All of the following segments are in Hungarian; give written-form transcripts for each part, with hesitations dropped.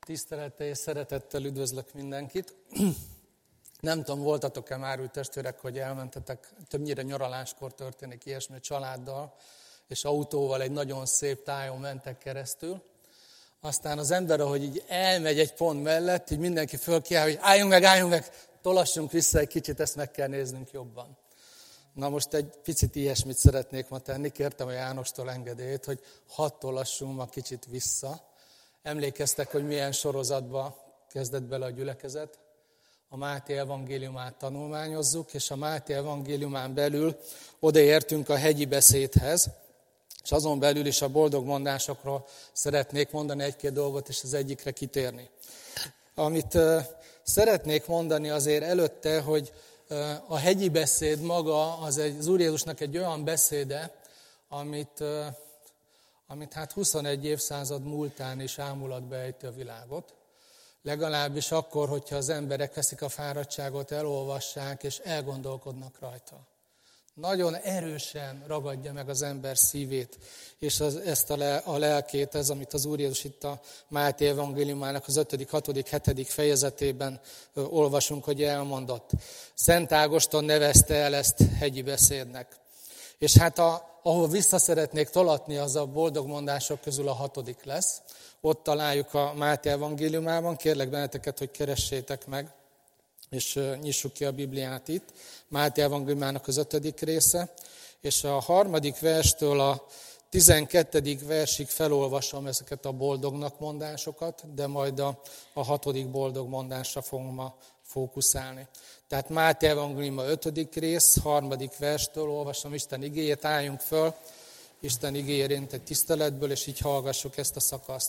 Tisztelettel és szeretettel üdvözlök mindenkit. Nem tudom, voltatok-e már úgy testvérek, hogy elmentetek, többnyire nyaraláskor történik ilyesmi, családdal, és autóval egy nagyon szép tájon mentek keresztül. Aztán az ember, ahogy így elmegy egy pont mellett, így mindenki fölkiáll, hogy álljunk meg, tolassunk vissza egy kicsit, ezt meg kell néznünk jobban. Na most egy picit ilyesmit szeretnék ma tenni, kértem a Jánostól engedélyt, hogy hadd tolassunk ma kicsit vissza. Emlékeztek, hogy milyen sorozatba kezdett bele a gyülekezet? A Máté evangéliumát tanulmányozzuk, és a Máté evangéliumán belül odaértünk a hegyi beszédhez, és azon belül is a boldog mondásokról szeretnék mondani egy-két dolgot, és az egyikre kitérni. Amit szeretnék mondani azért előtte, hogy a hegyi beszéd maga az Úr Jézusnak egy olyan beszéde, amit hát 21 évszázad múltán is ámulatba ejti a világot. Legalábbis akkor, hogyha az emberek veszik a fáradtságot, elolvassák és elgondolkodnak rajta. Nagyon erősen ragadja meg az ember szívét, és ezt a lelkét, ez, amit az Úr Jézus itt a Máté evangéliumának az 5., 6., 7. fejezetében olvasunk, hogy elmondott. Szent Ágoston nevezte el ezt hegyi beszédnek. És hát ahol vissza szeretnék tolatni, az a boldog mondások közül a 6. lesz. Ott találjuk a Máté evangéliumában. Kérlek benneteket, hogy keressétek meg, és nyissuk ki a Bibliát itt. Máté evangéliumának az 5. része. És a 3. verstől a 12. versig felolvasom ezeket a boldognak mondásokat, de majd a 6. boldog mondásra fogunk ma fókuszálni. Tehát Máté evangélium 5. rész, 3. verstől olvasom Isten igéjét, álljunk föl, Isten igéjét egy tiszteletből, és így hallgassuk ezt a szakaszt.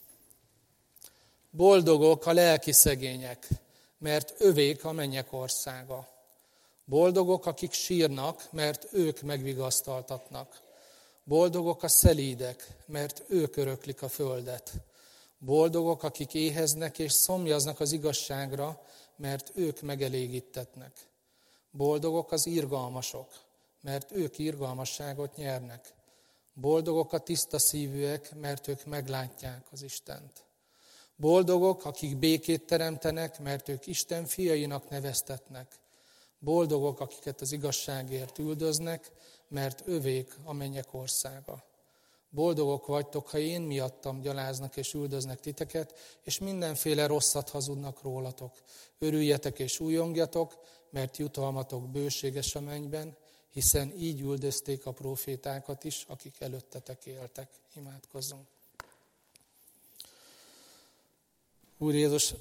Boldogok a lelki szegények, mert övék a mennyek országa. Boldogok, akik sírnak, mert ők megvigasztaltatnak. Boldogok a szelídek, mert ők öröklik a földet. Boldogok, akik éheznek és szomjaznak az igazságra, mert ők megelégítetnek. Boldogok az irgalmasok, mert ők irgalmasságot nyernek. Boldogok a tiszta szívűek, mert ők meglátják az Istent. Boldogok, akik békét teremtenek, mert ők Isten fiainak neveztetnek. Boldogok, akiket az igazságért üldöznek, mert övék a mennyek országa. Boldogok vagytok, ha én miattam gyaláznak és üldöznek titeket, és mindenféle rosszat hazudnak rólatok. Örüljetek és újongjatok, mert jutalmatok bőséges a mennyben, hiszen így üldözték a prófétákat is, akik előttetek éltek. Imádkozzunk. Úr Jézus,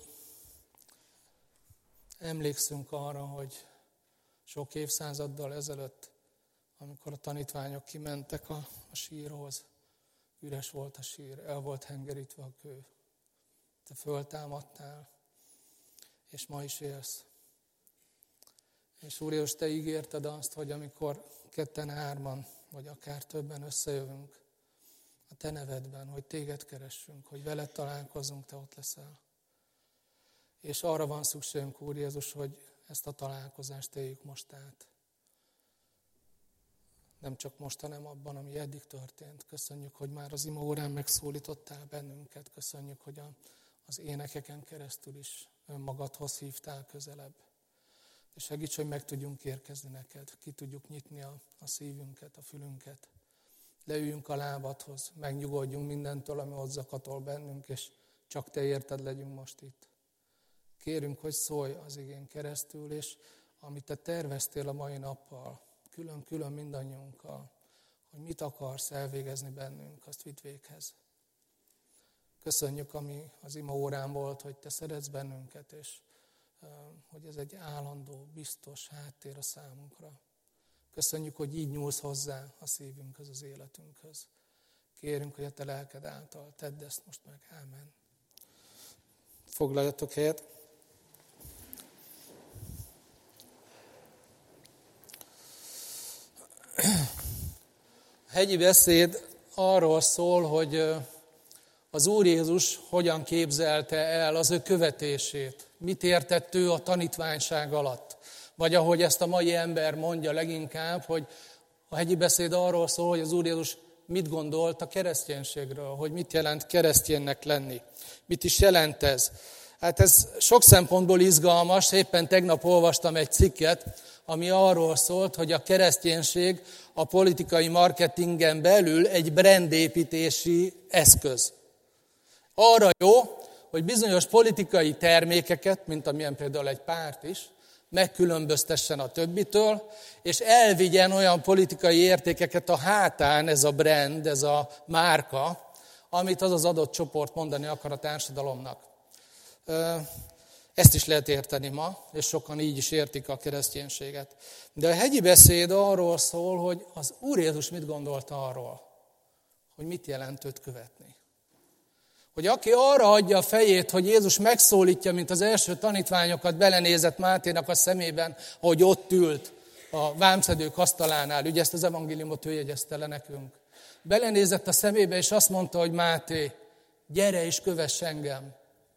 emlékszünk arra, hogy sok évszázaddal ezelőtt, amikor a tanítványok kimentek a sírhoz, üres volt a sír, el volt hengerítve a kő. Te föltámadtál, és ma is élsz. És Úr Jézus, Te ígérted azt, hogy amikor 2-3, vagy akár többen összejövünk a Te nevedben, hogy Téged keressünk, hogy veled találkozunk, Te ott leszel. És arra van szükségünk, Úr Jézus, hogy ezt a találkozást éljük most át. Nem csak most, hanem abban, ami eddig történt. Köszönjük, hogy már az ima órán megszólítottál bennünket. Köszönjük, hogy az énekeken keresztül is önmagadhoz hívtál közelebb. És segíts, hogy meg tudjunk érkezni neked. Ki tudjuk nyitni a szívünket, a fülünket. Leüljünk a lábadhoz, megnyugodjunk mindentől, ami ott zakatol bennünk, és csak Te érted legyünk most itt. Kérünk, hogy szólj az igén keresztül, és amit Te terveztél a mai nappal, külön-külön mindannyiunkkal, hogy mit akarsz elvégezni bennünk, azt vidd véghez. Köszönjük, ami az ima órán volt, hogy Te szeretsz bennünket, és hogy ez egy állandó, biztos háttér a számunkra. Köszönjük, hogy így nyúlsz hozzá a szívünkhöz, az életünkhöz. Kérünk, hogy a Te lelked által tedd ezt most meg. Ámen. Foglaljatok helyet. A hegyi beszéd arról szól, hogy az Úr Jézus hogyan képzelte el az ő követését. Mit értett ő a tanítványság alatt? Vagy ahogy ezt a mai ember mondja leginkább, hogy a hegyi beszéd arról szól, hogy az Úr Jézus mit gondolt a kereszténységről, hogy mit jelent kereszténynek lenni. Mit is jelent ez? Hát ez sok szempontból izgalmas. Éppen tegnap olvastam egy cikket, ami arról szólt, hogy a kereszténység a politikai marketingen belül egy brandépítési eszköz. Arra jó, hogy bizonyos politikai termékeket, mint amilyen például egy párt is, megkülönböztessen a többitől, és elvigyen olyan politikai értékeket a hátán, ez a brand, ez a márka, amit az az adott csoport mondani akar a társadalomnak. Ezt is lehet érteni ma, és sokan így is értik a kereszténységet. De a hegyi beszéd arról szól, hogy az Úr Jézus mit gondolta arról, hogy mit jelent őt követni. Hogy aki arra adja a fejét, hogy Jézus megszólítja, mint az első tanítványokat, belenézett Máténak a szemében, ahogy ott ült a vámszedők asztalánál, ugye ezt az evangéliumot ő jegyezte le nekünk. Belenézett a szemébe, és azt mondta, hogy Máté, gyere és kövess engem.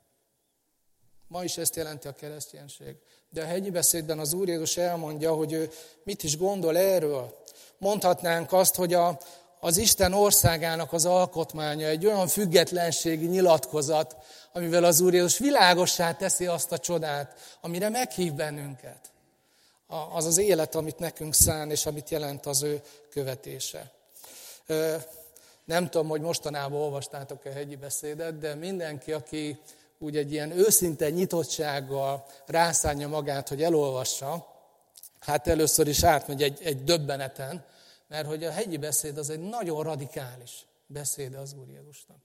Ma is ezt jelenti a kereszténység. De a hegyi beszédben az Úr Jézus elmondja, hogy ő mit is gondol erről. Mondhatnánk azt, hogy az Isten országának az alkotmánya egy olyan függetlenségi nyilatkozat, amivel az Úr Jézus világossá teszi azt a csodát, amire meghív bennünket. Az az élet, amit nekünk szán, és amit jelent az ő követése. Nem tudom, hogy mostanában olvastátok a hegyi beszédet, de mindenki, aki úgy egy ilyen őszinte nyitottsággal rászánja magát, hogy elolvassa, hát először is átmegy egy döbbeneten, mert hogy a hegyi beszéd az egy nagyon radikális beszéde az Úr Jézusnak.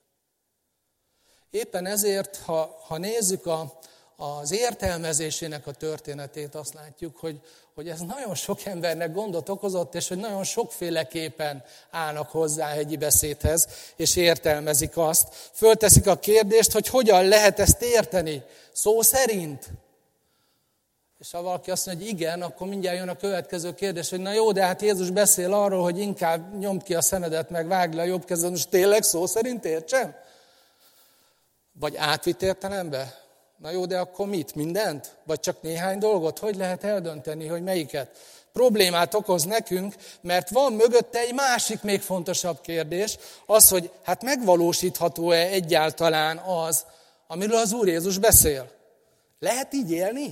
Éppen ezért, ha nézzük az értelmezésének a történetét, azt látjuk, hogy ez nagyon sok embernek gondot okozott, és hogy nagyon sokféleképpen állnak hozzá a hegyi beszédhez, és értelmezik azt. Fölteszik a kérdést, hogy hogyan lehet ezt érteni, szó szerint. És ha valaki azt mondja, hogy igen, akkor mindjárt jön a következő kérdés, hogy na jó, de hát Jézus beszél arról, hogy inkább nyomd ki a szemedet, meg vágd le a jobb kezed, most tényleg szó szerint értsem? Vagy átvitt értelemben? Na jó, de akkor mit? Mindent? Vagy csak néhány dolgot? Hogy lehet eldönteni, hogy melyiket? Problémát okoz nekünk, mert van mögötte egy másik, még fontosabb kérdés, az, hogy hát megvalósítható-e egyáltalán az, amiről az Úr Jézus beszél? Lehet így élni?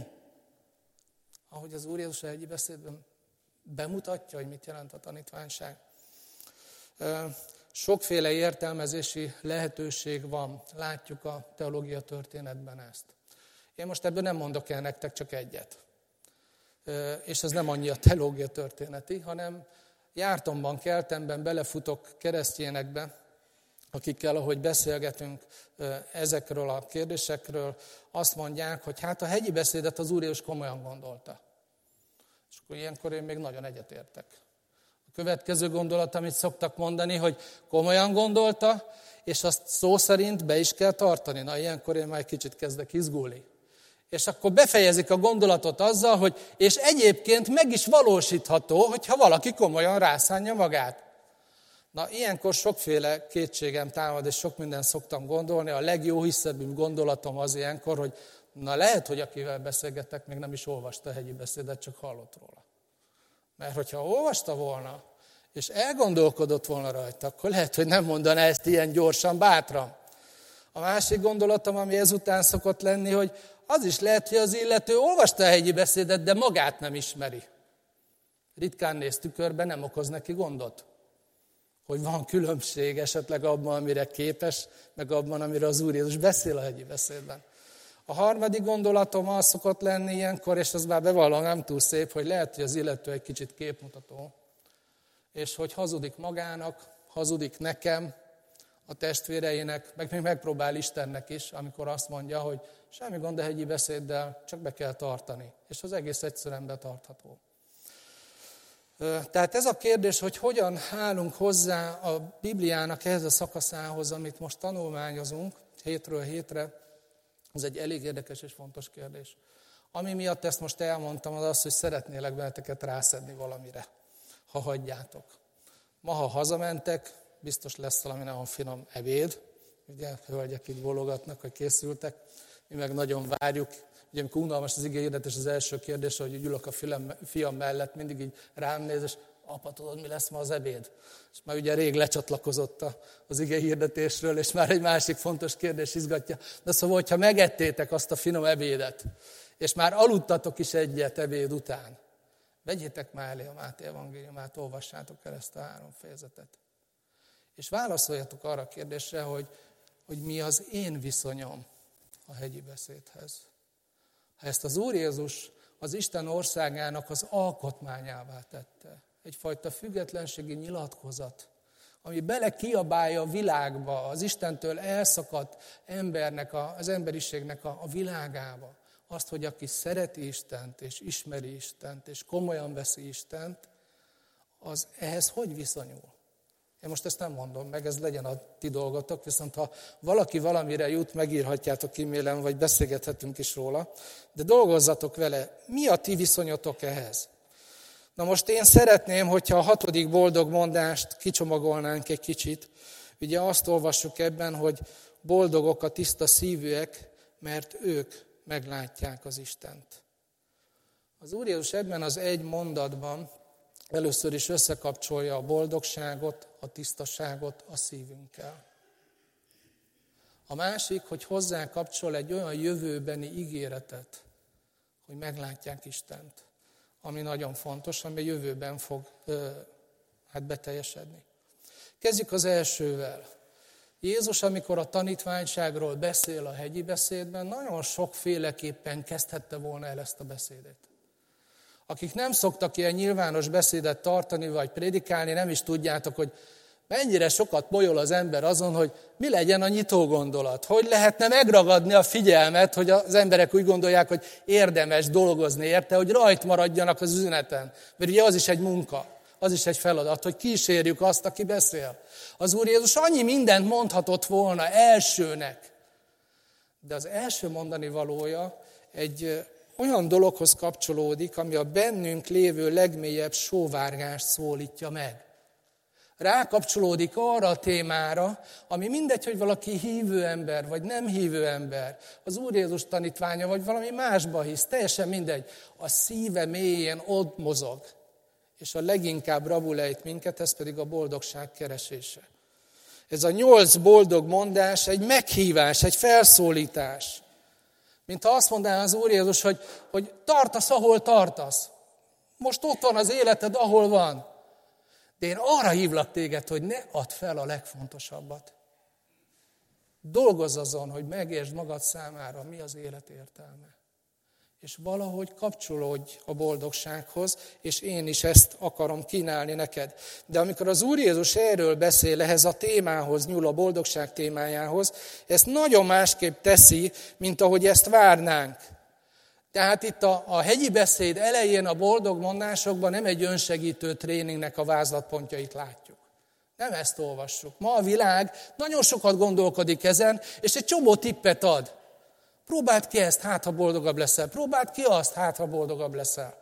Ahogy az Úr Jézus a hegyi beszédben bemutatja, hogy mit jelent a tanítványság. Sokféle értelmezési lehetőség van, látjuk a teológia történetben ezt. Én most ebből nem mondok el nektek csak egyet. És ez nem annyi a teológia történeti, hanem jártomban, keltemben belefutok keresztényekbe, akikkel, ahogy beszélgetünk ezekről a kérdésekről, azt mondják, hogy hát a hegyi beszédet az Úr Jézus komolyan gondolta. És akkor ilyenkor én még nagyon egyetértek. A következő gondolat, amit szoktak mondani, hogy komolyan gondolta, és azt szó szerint be is kell tartani. Na, ilyenkor én már egy kicsit kezdek izgulni. És akkor befejezik a gondolatot azzal, hogy és egyébként meg is valósítható, hogyha valaki komolyan rászánja magát. Na, ilyenkor sokféle kétségem támad, és sok mindent szoktam gondolni. A legjóhiszebb gondolatom az ilyenkor, hogy na lehet, hogy akivel beszélgetek, még nem is olvasta a hegyi beszédet, csak hallott róla. Mert hogyha olvasta volna, és elgondolkodott volna rajta, akkor lehet, hogy nem mondaná ezt ilyen gyorsan, bátran. A másik gondolatom, ami ezután szokott lenni, hogy az is lehet, hogy az illető olvasta a hegyi beszédet, de magát nem ismeri. Ritkán néz tükörbe, nem okoz neki gondot. Hogy van különbség esetleg abban, amire képes, meg abban, amire az Úr Jézus beszél a hegyi beszédben. A harmadik gondolatom az szokott lenni ilyenkor, és az már bevallom, nem túl szép, hogy lehet, hogy az illető egy kicsit képmutató, és hogy hazudik magának, hazudik nekem, a testvéreinek, meg még megpróbál Istennek is, amikor azt mondja, hogy semmi gond a hegyi beszéddel, csak be kell tartani. És az egész egyszerűen betartható. Tehát ez a kérdés, hogy hogyan állunk hozzá a Bibliának ehhez a szakaszához, amit most tanulmányozunk hétről hétre, ez egy elég érdekes és fontos kérdés. Ami miatt ezt most elmondtam, az az, hogy szeretnélek benneteket rászedni valamire, ha hagyjátok. Ma, ha hazamentek, biztos lesz valami nagyon finom ebéd. Ugye, hölgyek itt bólogatnak, hogy készültek. Mi meg nagyon várjuk. Ugye, amikor unalmas az igéhirdetés, az első kérdés, hogy ülök a fiam mellett, mindig így rám néz, és apa, tudod, mi lesz ma az ebéd? És már ugye rég lecsatlakozott az ige hirdetésről, és már egy másik fontos kérdés izgatja. De szóval, hogyha megettétek azt a finom ebédet, és már aludtatok is egyet ebéd után, vegyétek már elé a Máté evangéliumát, olvassátok el ezt a 3 fejezetet. És válaszoljatok arra a kérdésre, hogy mi az én viszonyom a hegyi beszédhez. Ha ezt az Úr Jézus az Isten országának az alkotmányává tette, egyfajta függetlenségi nyilatkozat, ami belekiabálja a világba, az Istentől elszakadt embernek, az emberiségnek a világába, azt, hogy aki szereti Istent, és ismeri Istent, és komolyan veszi Istent, az ehhez hogy viszonyul? Én most ezt nem mondom meg, ez legyen a ti dolgotok, viszont ha valaki valamire jut, megírhatjátok e-mailen, vagy beszélgethetünk is róla, de dolgozzatok vele, mi a ti viszonyotok ehhez? Na most én szeretném, hogyha a 6. boldog mondást kicsomagolnánk egy kicsit. Ugye azt olvassuk ebben, hogy boldogok a tiszta szívűek, mert ők meglátják az Istent. Az Úr Jézus ebben az egy mondatban először is összekapcsolja a boldogságot, a tisztaságot a szívünkkel. A másik, hogy hozzá kapcsol egy olyan jövőbeni ígéretet, hogy meglátják Istent, ami nagyon fontos, ami a jövőben fog beteljesedni. Kezdjük az elsővel. Jézus, amikor a tanítványságról beszél a hegyi beszédben, nagyon sokféleképpen kezdhette volna el ezt a beszédet. Akik nem szoktak ilyen nyilvános beszédet tartani vagy prédikálni, nem is tudjátok, hogy mennyire sokat molyol az ember azon, hogy mi legyen a nyitó gondolat. Hogy lehetne megragadni a figyelmet, hogy az emberek úgy gondolják, hogy érdemes dolgozni érte, hogy rajt maradjanak az üzeneten. Mert ugye az is egy munka, az is egy feladat, hogy kísérjük azt, aki beszél. Az Úr Jézus annyi mindent mondhatott volna elsőnek, de az első mondani valója egy olyan dologhoz kapcsolódik, ami a bennünk lévő legmélyebb sóvárgást szólítja meg. Rákapcsolódik arra a témára, ami mindegy, hogy valaki hívő ember, vagy nem hívő ember, az Úr Jézus tanítványa, vagy valami másba hisz, teljesen mindegy. A szíve mélyén ott mozog, és a leginkább rabulejt minket, ez pedig a boldogság keresése. Ez a 8 boldog mondás egy meghívás, egy felszólítás. Mint ha azt mondaná az Úr Jézus, hogy tartasz, ahol tartasz. Most ott van az életed, ahol van. De én arra hívlak téged, hogy ne add fel a legfontosabbat. Dolgozz azon, hogy megértsd magad számára, mi az élet értelme. És valahogy kapcsolódj a boldogsághoz, és én is ezt akarom kínálni neked. De amikor az Úr Jézus erről beszél, ehhez a témához nyúl, a boldogság témájához, ezt nagyon másképp teszi, mint ahogy ezt várnánk. Tehát itt a hegyi beszéd elején a boldog mondásokban nem egy önsegítő tréningnek a vázlatpontjait látjuk. Nem ezt olvassuk. Ma a világ nagyon sokat gondolkodik ezen, és egy csomó tippet ad. Próbáld ki ezt, hát ha boldogabb leszel. Próbáld ki azt, hát ha boldogabb leszel.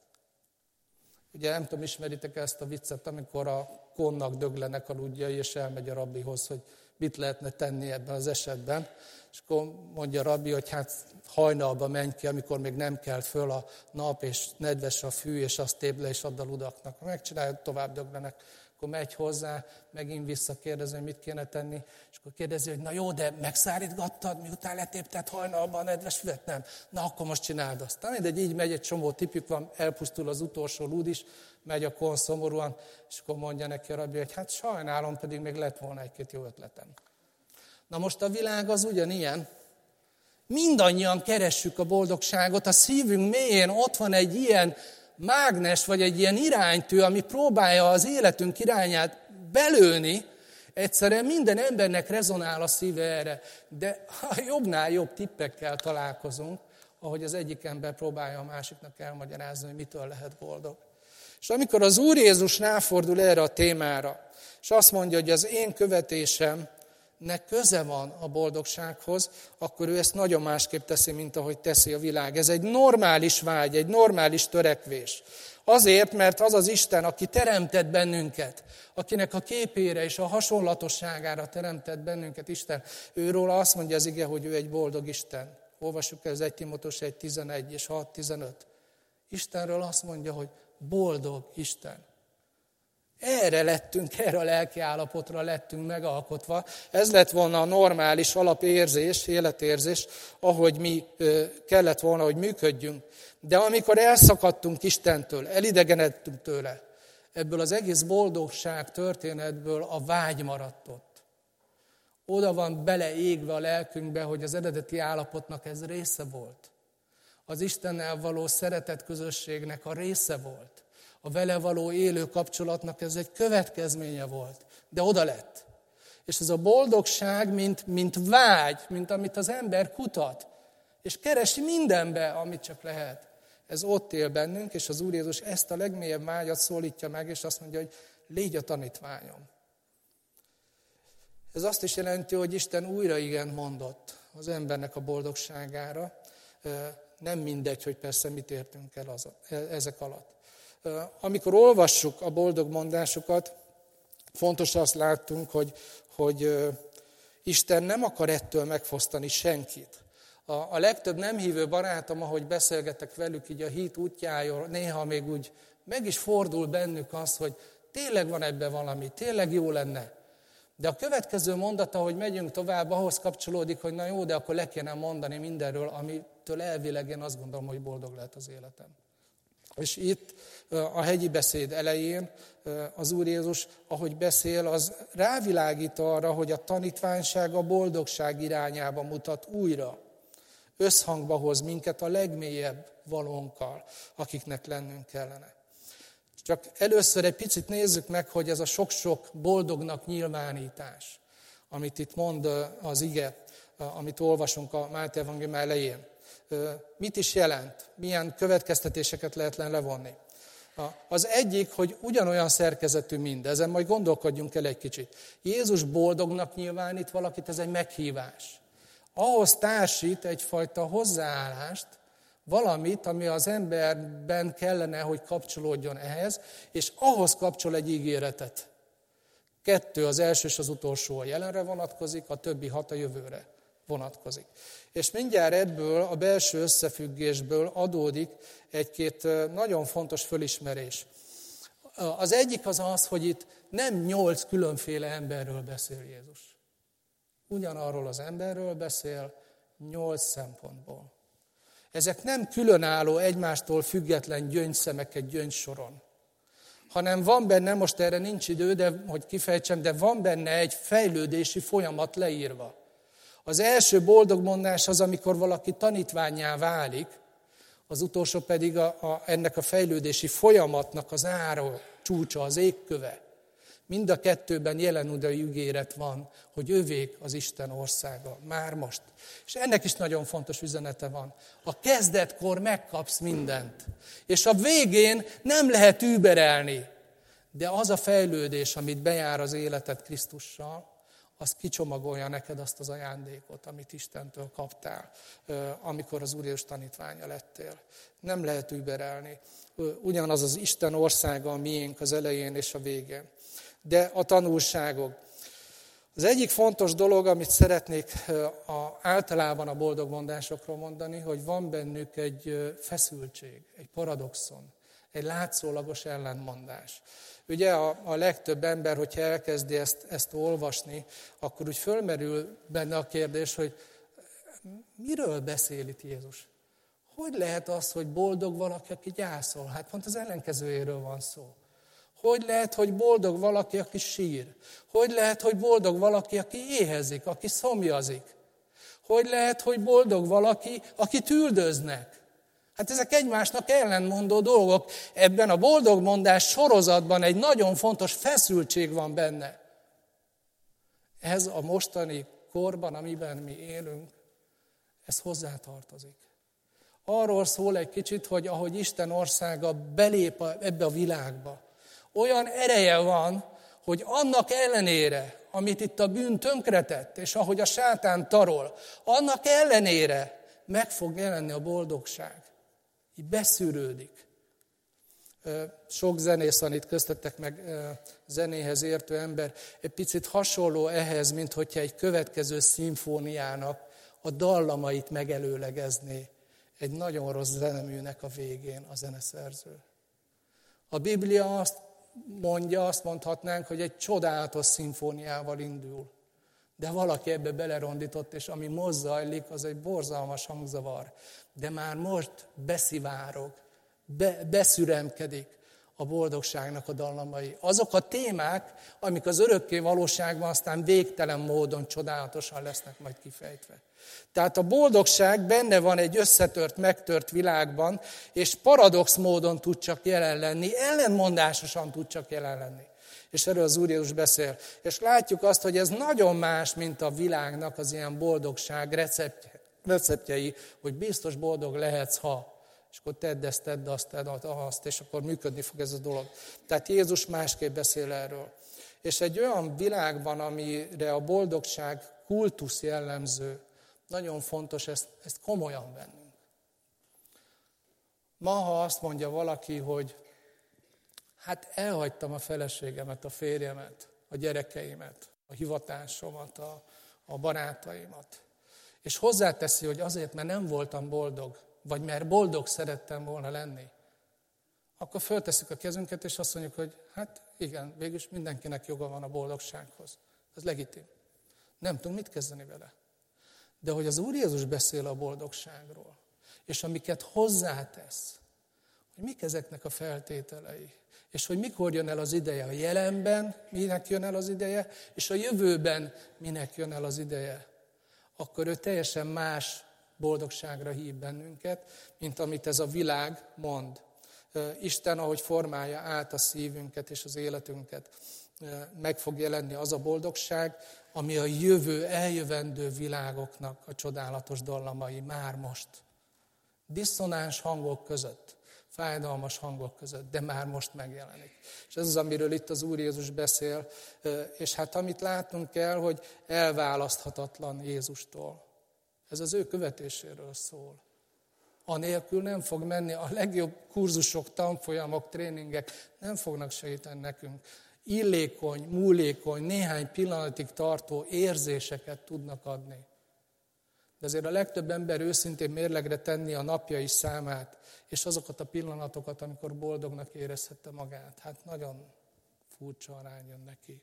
Ugye nem tudom, ismeritek ezt a viccet, amikor a konnak döglenek a rudjai, és elmegy a rabbihoz, hogy mit lehetne tenni ebben az esetben. És akkor mondja a rabbi, hogy hát hajnalba menj ki, amikor még nem kelt föl a nap, és nedves a fű, és azt tépd le, és add a ludaknak. Ha megcsinálja, tovább döglenek. Akkor megy hozzá, megint visszakérdezi, hogy mit kéne tenni, és akkor kérdezi, hogy na jó, de megszárítgattad, miután letépted hajnalban a nedves füvet? Nem. Na akkor most csináld azt. Mindegy, így megy, egy csomó tipük van, elpusztul az utolsó lúd is, megy a kon szomorúan, és akkor mondja neki a rabbi, hogy hát sajnálom, pedig még lett volna egy-két jó ötletem. Na most a világ az ugyanilyen. Mindannyian keressük a boldogságot, a szívünk mélyén ott van egy ilyen mágnes, vagy egy ilyen iránytű, ami próbálja az életünk irányát belőni, egyszerűen minden embernek rezonál a szíve erre. De ha jobbnál jobb tippekkel találkozunk, ahogy az egyik ember próbálja a másiknak elmagyarázni, hogy mitől lehet boldog. És amikor az Úr Jézus ráfordul erre a témára, és azt mondja, hogy az én követésemnek köze van a boldogsághoz, akkor ő ezt nagyon másképp teszi, mint ahogy teszi a világ. Ez egy normális vágy, egy normális törekvés. Azért, mert az az Isten, aki teremtett bennünket, akinek a képére és a hasonlatosságára teremtett bennünket Isten, őről azt mondja az ige, hogy ő egy boldog Isten. Olvassuk el az 1 Timóteus 1:11 és 6:15. Istenről azt mondja, hogy boldog Isten. Erre a lelki állapotra lettünk megalkotva. Ez lett volna a normális alapérzés, életérzés, ahogy mi kellett volna, hogy működjünk. De amikor elszakadtunk Istentől, elidegenedtünk tőle, ebből az egész boldogság történetből a vágy maradt ott. Oda van beleégve a lelkünkbe, hogy az eredeti állapotnak ez része volt. Az Istennel való szeretet közösségnek a része volt. A vele való élő kapcsolatnak ez egy következménye volt. De oda lett. És ez a boldogság, mint vágy, mint amit az ember kutat, és keresi mindenbe, amit csak lehet. Ez ott él bennünk, és az Úr Jézus ezt a legmélyebb vágyat szólítja meg, és azt mondja, hogy légy a tanítványom. Ez azt is jelenti, hogy Isten újra igent mondott az embernek a boldogságára. Nem mindegy, hogy persze mit értünk el ezek alatt. Amikor olvassuk a boldog mondásokat, fontos azt láttunk, hogy Isten nem akar ettől megfosztani senkit. A legtöbb nem hívő barátom, ahogy beszélgetek velük így a hit útjáról, néha még úgy meg is fordul bennük az, hogy tényleg van ebben valami, tényleg jó lenne. De a következő mondata, hogy megyünk tovább, ahhoz kapcsolódik, hogy na jó, de akkor le kéne mondani mindenről, amitől elvileg én azt gondolom, hogy boldog lehet az életem. És itt a hegyi beszéd elején az Úr Jézus, ahogy beszél, az rávilágít arra, hogy a tanítványság a boldogság irányába mutat újra. Összhangba hoz minket a legmélyebb valónkkal, akiknek lennünk kellene. Csak először egy picit nézzük meg, hogy ez a sok-sok boldognak nyilvánítás, amit itt mond az ige, amit olvasunk a Máté evangélium elején. Mit is jelent? Milyen következtetéseket lehet levonni? Az egyik, hogy ugyanolyan szerkezetű mind, ezen majd gondolkodjunk el egy kicsit. Jézus boldognak nyilvánít valakit, ez egy meghívás. Ahhoz társít egyfajta hozzáállást, valamit, ami az emberben kellene, hogy kapcsolódjon ehhez, és ahhoz kapcsol egy ígéretet. 2, az első és az utolsó a jelenre vonatkozik, a többi 6 a jövőre vonatkozik. És mindjárt ebből a belső összefüggésből adódik egy-két nagyon fontos fölismerés. Az egyik az, hogy itt nem 8 különféle emberről beszél Jézus. Ugyanarról az emberről beszél 8 szempontból. Ezek nem különálló, egymástól független gyöngyszemek egy gyöngysoron, hanem van benne, most erre nincs idő, de hogy kifejtsem, de van benne egy fejlődési folyamat leírva. Az első boldog mondás az, amikor valaki tanítvánnyá válik, az utolsó pedig ennek a fejlődési folyamatnak az ára, csúcsa, az égköve. Mind a kettőben jelenudai ígéret van, hogy övék az Isten országa, már most. És ennek is nagyon fontos üzenete van. A kezdetkor megkapsz mindent, és a végén nem lehet überelni. De az a fejlődés, amit bejár az életed Krisztussal, az kicsomagolja neked azt az ajándékot, amit Istentől kaptál, amikor az Úr Jézus tanítványa lettél. Nem lehet überelni. Ugyanaz az Isten országa a miénk az elején és a végén. De a tanulságok. Az egyik fontos dolog, amit szeretnék általában a boldog mondásokról mondani, hogy van bennük egy feszültség, egy paradoxon, egy látszólagos ellentmondás. Ugye a legtöbb ember, hogyha elkezdi ezt olvasni, akkor úgy fölmerül benne a kérdés, hogy miről beszél itt Jézus? Hogy lehet az, hogy boldog valaki, aki gyászol? Hát pont az ellenkezőjéről van szó. Hogy lehet, hogy boldog valaki, aki sír? Hogy lehet, hogy boldog valaki, aki éhezik, aki szomjazik? Hogy lehet, hogy boldog valaki, akit üldöznek? Hát ezek egymásnak ellentmondó dolgok. Ebben a boldogmondás sorozatban egy nagyon fontos feszültség van benne. Ez a mostani korban, amiben mi élünk, ez hozzátartozik. Arról szól egy kicsit, hogy ahogy Isten országa belép ebbe a világba, olyan ereje van, hogy annak ellenére, amit itt a bűn tönkretett, és ahogy a sátán tarol, annak ellenére meg fog jelenni a boldogság. Így beszűrődik. Sok zenész van itt köztetek, meg zenéhez értő ember. Egy picit hasonló ehhez, mint hogyha egy következő szimfóniának a dallamait megelőlegezné egy nagyon rossz zeneműnek a végén a zeneszerző. A Biblia azt mondja, azt mondhatnánk, hogy egy csodálatos szimfóniával indul. De valaki ebbe belerondított, és ami most zajlik, az egy borzalmas hangzavar. De már most beszivárog, beszüremkedik a boldogságnak a dallamai. Azok a témák, amik az örökké valóságban aztán végtelen módon csodálatosan lesznek majd kifejtve. Tehát a boldogság benne van egy összetört, megtört világban, és paradox módon tud csak jelen lenni, ellentmondásosan tud csak jelen lenni. És erről az Úr Jézus beszél. És látjuk azt, hogy ez nagyon más, mint a világnak az ilyen boldogság receptjei, hogy biztos boldog lehetsz, ha. És akkor tedd ezt, tedd azt, és akkor működni fog ez a dolog. Tehát Jézus másképp beszél erről. És egy olyan világban, amire a boldogság kultusz jellemző, nagyon fontos ezt komolyan vennünk. Ma, ha azt mondja valaki, hogy hát elhagytam a feleségemet, a férjemet, a gyerekeimet, a hivatásomat, a barátaimat, és hozzáteszi, hogy azért, mert nem voltam boldog, vagy mert boldog szerettem volna lenni, akkor föltesszük a kezünket, és azt mondjuk, hogy hát igen, végülis mindenkinek joga van a boldogsághoz. Ez legitim. Nem tudunk mit kezdeni vele. De hogy az Úr Jézus beszél a boldogságról, és amiket hozzátesz, hogy mik ezeknek a feltételei, és hogy mikor jön el az ideje a jelenben, minek jön el az ideje, és a jövőben minek jön el az ideje, akkor ő teljesen más boldogságra hív bennünket, mint amit ez a világ mond. Isten, ahogy formálja át a szívünket és az életünket, meg fog jelenni az a boldogság, ami a jövő, eljövendő világoknak a csodálatos dallamai már most. Disszonáns hangok között, fájdalmas hangok között, de már most megjelenik. És ez az, amiről itt az Úr Jézus beszél, és hát amit látnunk kell, hogy elválaszthatatlan Jézustól. Ez az ő követéséről szól. Anélkül nem fog menni, a legjobb kurzusok, tanfolyamok, tréningek nem fognak segíteni nekünk. Illékony, múlékony, néhány pillanatig tartó érzéseket tudnak adni. De azért a legtöbb ember őszintén mérlegre tenni a napjai számát, és azokat a pillanatokat, amikor boldognak érezhette magát. Hát nagyon furcsa arány jön neki.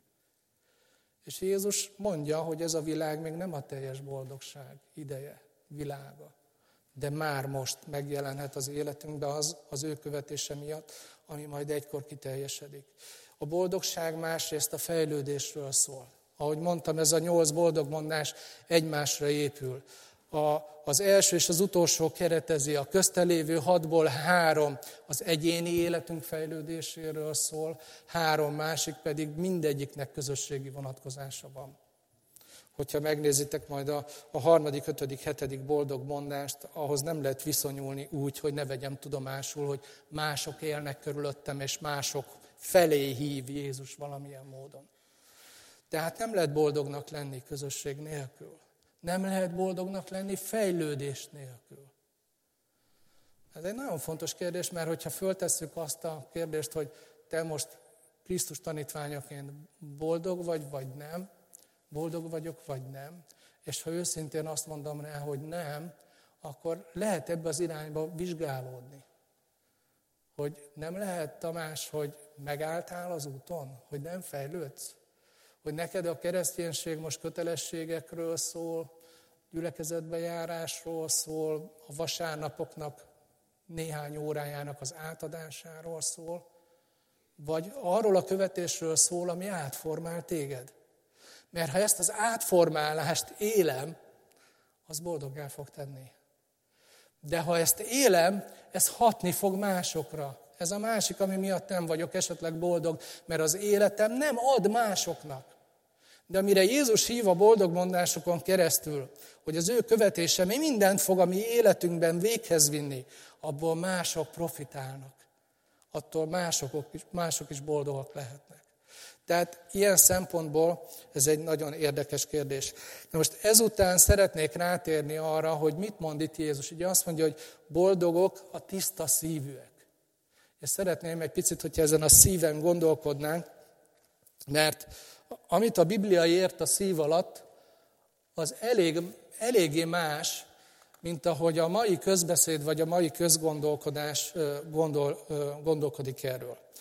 És Jézus mondja, hogy ez a világ még nem a teljes boldogság ideje, világa. De már most megjelenhet az életünkbe az ő követése miatt, ami majd egykor kiteljesedik. A boldogság másrészt a fejlődésről szól. Ahogy mondtam, ez a 8 boldogmondás egymásra épül. Az első és az utolsó keretezi, a közte lévő 6-ból 3 az egyéni életünk fejlődéséről szól, 3 másik pedig mindegyiknek közösségi vonatkozása van. Hogyha megnézitek majd a 3., 5., 7. boldog mondást, ahhoz nem lehet viszonyulni úgy, hogy ne vegyem tudomásul, hogy mások élnek körülöttem, és mások felé hív Jézus valamilyen módon. Tehát nem lehet boldognak lenni közösség nélkül. Nem lehet boldognak lenni fejlődés nélkül. Ez egy nagyon fontos kérdés, mert hogyha föltesszük azt a kérdést, hogy te most Krisztus tanítványaként boldog vagy nem, boldog vagyok, vagy nem, és ha őszintén azt mondom rá, hogy nem, akkor lehet ebbe az irányba vizsgálódni. Hogy nem lehet, Tamás, hogy megálltál az úton, hogy nem fejlődsz, hogy neked a kereszténység most kötelességekről szól, gyülekezetbe járásról szól, a vasárnapoknak néhány órájának az átadásáról szól, vagy arról a követésről szól, ami átformál téged. Mert ha ezt az átformálást élem, az boldoggá fog tenni. De ha ezt élem, ez hatni fog másokra. Ez a másik, ami miatt nem vagyok esetleg boldog, mert az életem nem ad másoknak. De amire Jézus hív a boldogmondásokon keresztül, hogy az ő követése mi mindent fog a mi életünkben véghez vinni, abból mások profitálnak. Attól mások is boldogak lehetnek. Tehát ilyen szempontból ez egy nagyon érdekes kérdés. Na most ezután szeretnék rátérni arra, hogy mit mond itt Jézus. Ugye azt mondja, hogy boldogok a tiszta szívűek. És szeretném egy picit, hogyha ezen a szíven gondolkodnánk, mert amit a Biblia ért a szív alatt, az eléggé más, mint ahogy a mai közbeszéd vagy a mai közgondolkodás gondolkodik erről.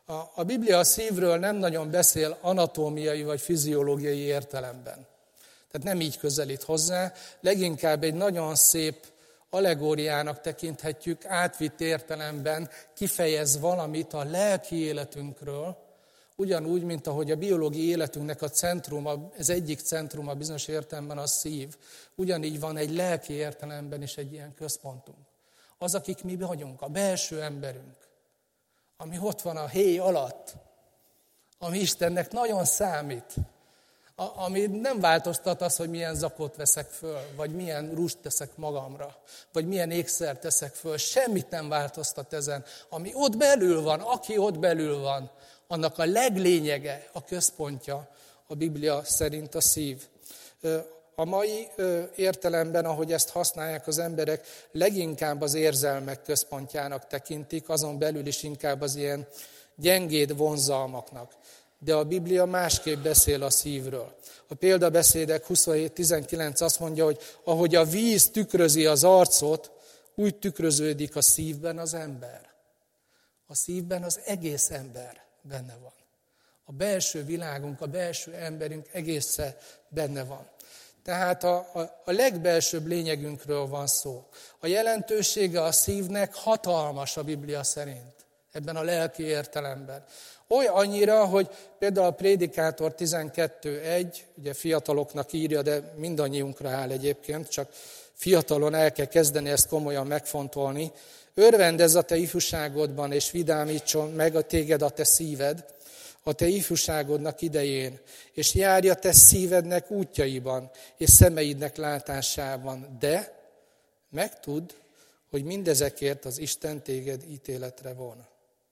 A Biblia a szívről nem nagyon beszél anatómiai vagy fiziológiai értelemben. Tehát nem így közelít hozzá, leginkább egy nagyon szép allegóriának tekinthetjük, átvitt értelemben kifejez valamit a lelki életünkről, ugyanúgy, mint ahogy a biológiai életünknek a centruma, ez egyik centruma bizonyos értelemben a szív, ugyanígy van egy lelki értelemben is egy ilyen központunk. Az, akik mi vagyunk, a belső emberünk, ami ott van a héj alatt, ami Istennek nagyon számít, ami nem változtat az, hogy milyen zakót veszek föl, vagy milyen rúst teszek magamra, vagy milyen ékszert teszek föl, semmit nem változtat ezen. Ami ott belül van, aki ott belül van, annak a leglényege, a központja a Biblia szerint a szív. A mai értelemben, ahogy ezt használják az emberek, leginkább az érzelmek központjának tekintik, azon belül is inkább az ilyen gyengéd vonzalmaknak. De a Biblia másképp beszél a szívről. A példabeszédek 27.19 azt mondja, hogy ahogy a víz tükrözi az arcot, úgy tükröződik a szívben az ember. A szívben az egész ember benne van. A belső világunk, a belső emberünk egészen benne van. Tehát a legbelsőbb lényegünkről van szó. A jelentősége a szívnek hatalmas a Biblia szerint, ebben a lelki értelemben. Oly annyira, hogy például a Prédikátor 12.1, ugye fiataloknak írja, de mindannyiunkra áll egyébként, csak fiatalon el kell kezdeni ezt komolyan megfontolni. Örvendezz a te ifjúságodban, és vidámítson meg a téged a te szíved, a te ifjúságodnak idején, és járj a te szívednek útjaiban, és szemeidnek látásában, de megtudd, hogy mindezekért az Isten téged ítéletre von.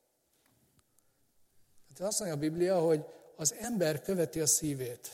Tehát azt mondja a Biblia, hogy az ember követi a szívét,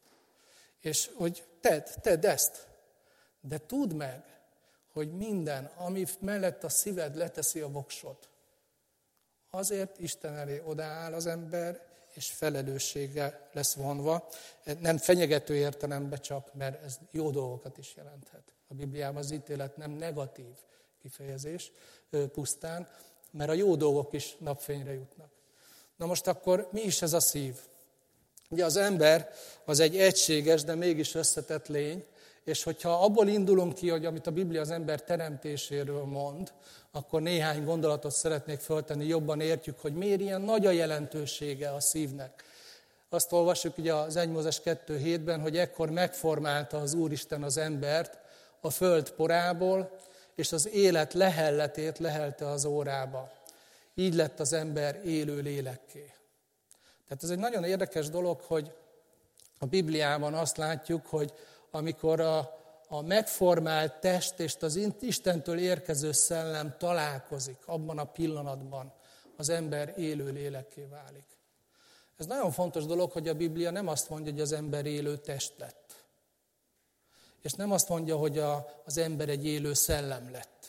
és hogy tedd ezt, de tudd meg, hogy minden, ami mellett a szíved leteszi a voksot, azért Isten elé odaáll az ember, és felelősséggel lesz vonva. Nem fenyegető értelemben csak, mert ez jó dolgokat is jelenthet. A Bibliában az ítélet nem negatív kifejezés pusztán, mert a jó dolgok is napfényre jutnak. Na most akkor mi is ez a szív? Ugye az ember az egy egységes, de mégis összetett lény, és hogyha abból indulunk ki, hogy amit a Biblia az ember teremtéséről mond, akkor néhány gondolatot szeretnék föltenni, jobban értjük, hogy miért ilyen nagy a jelentősége a szívnek. Azt olvassuk ugye az 1 Mózes 2.7-ben, hogy ekkor megformálta az Úristen az embert a föld porából, és az élet lehelletét lehelte az órába. Így lett az ember élő lélekké. Tehát ez egy nagyon érdekes dolog, hogy a Bibliában azt látjuk, hogy amikor a megformált test és az Istentől érkező szellem találkozik, abban a pillanatban az ember élő lélekké válik. Ez nagyon fontos dolog, hogy a Biblia nem azt mondja, hogy az ember élő test lett. És nem azt mondja, hogy az ember egy élő szellem lett.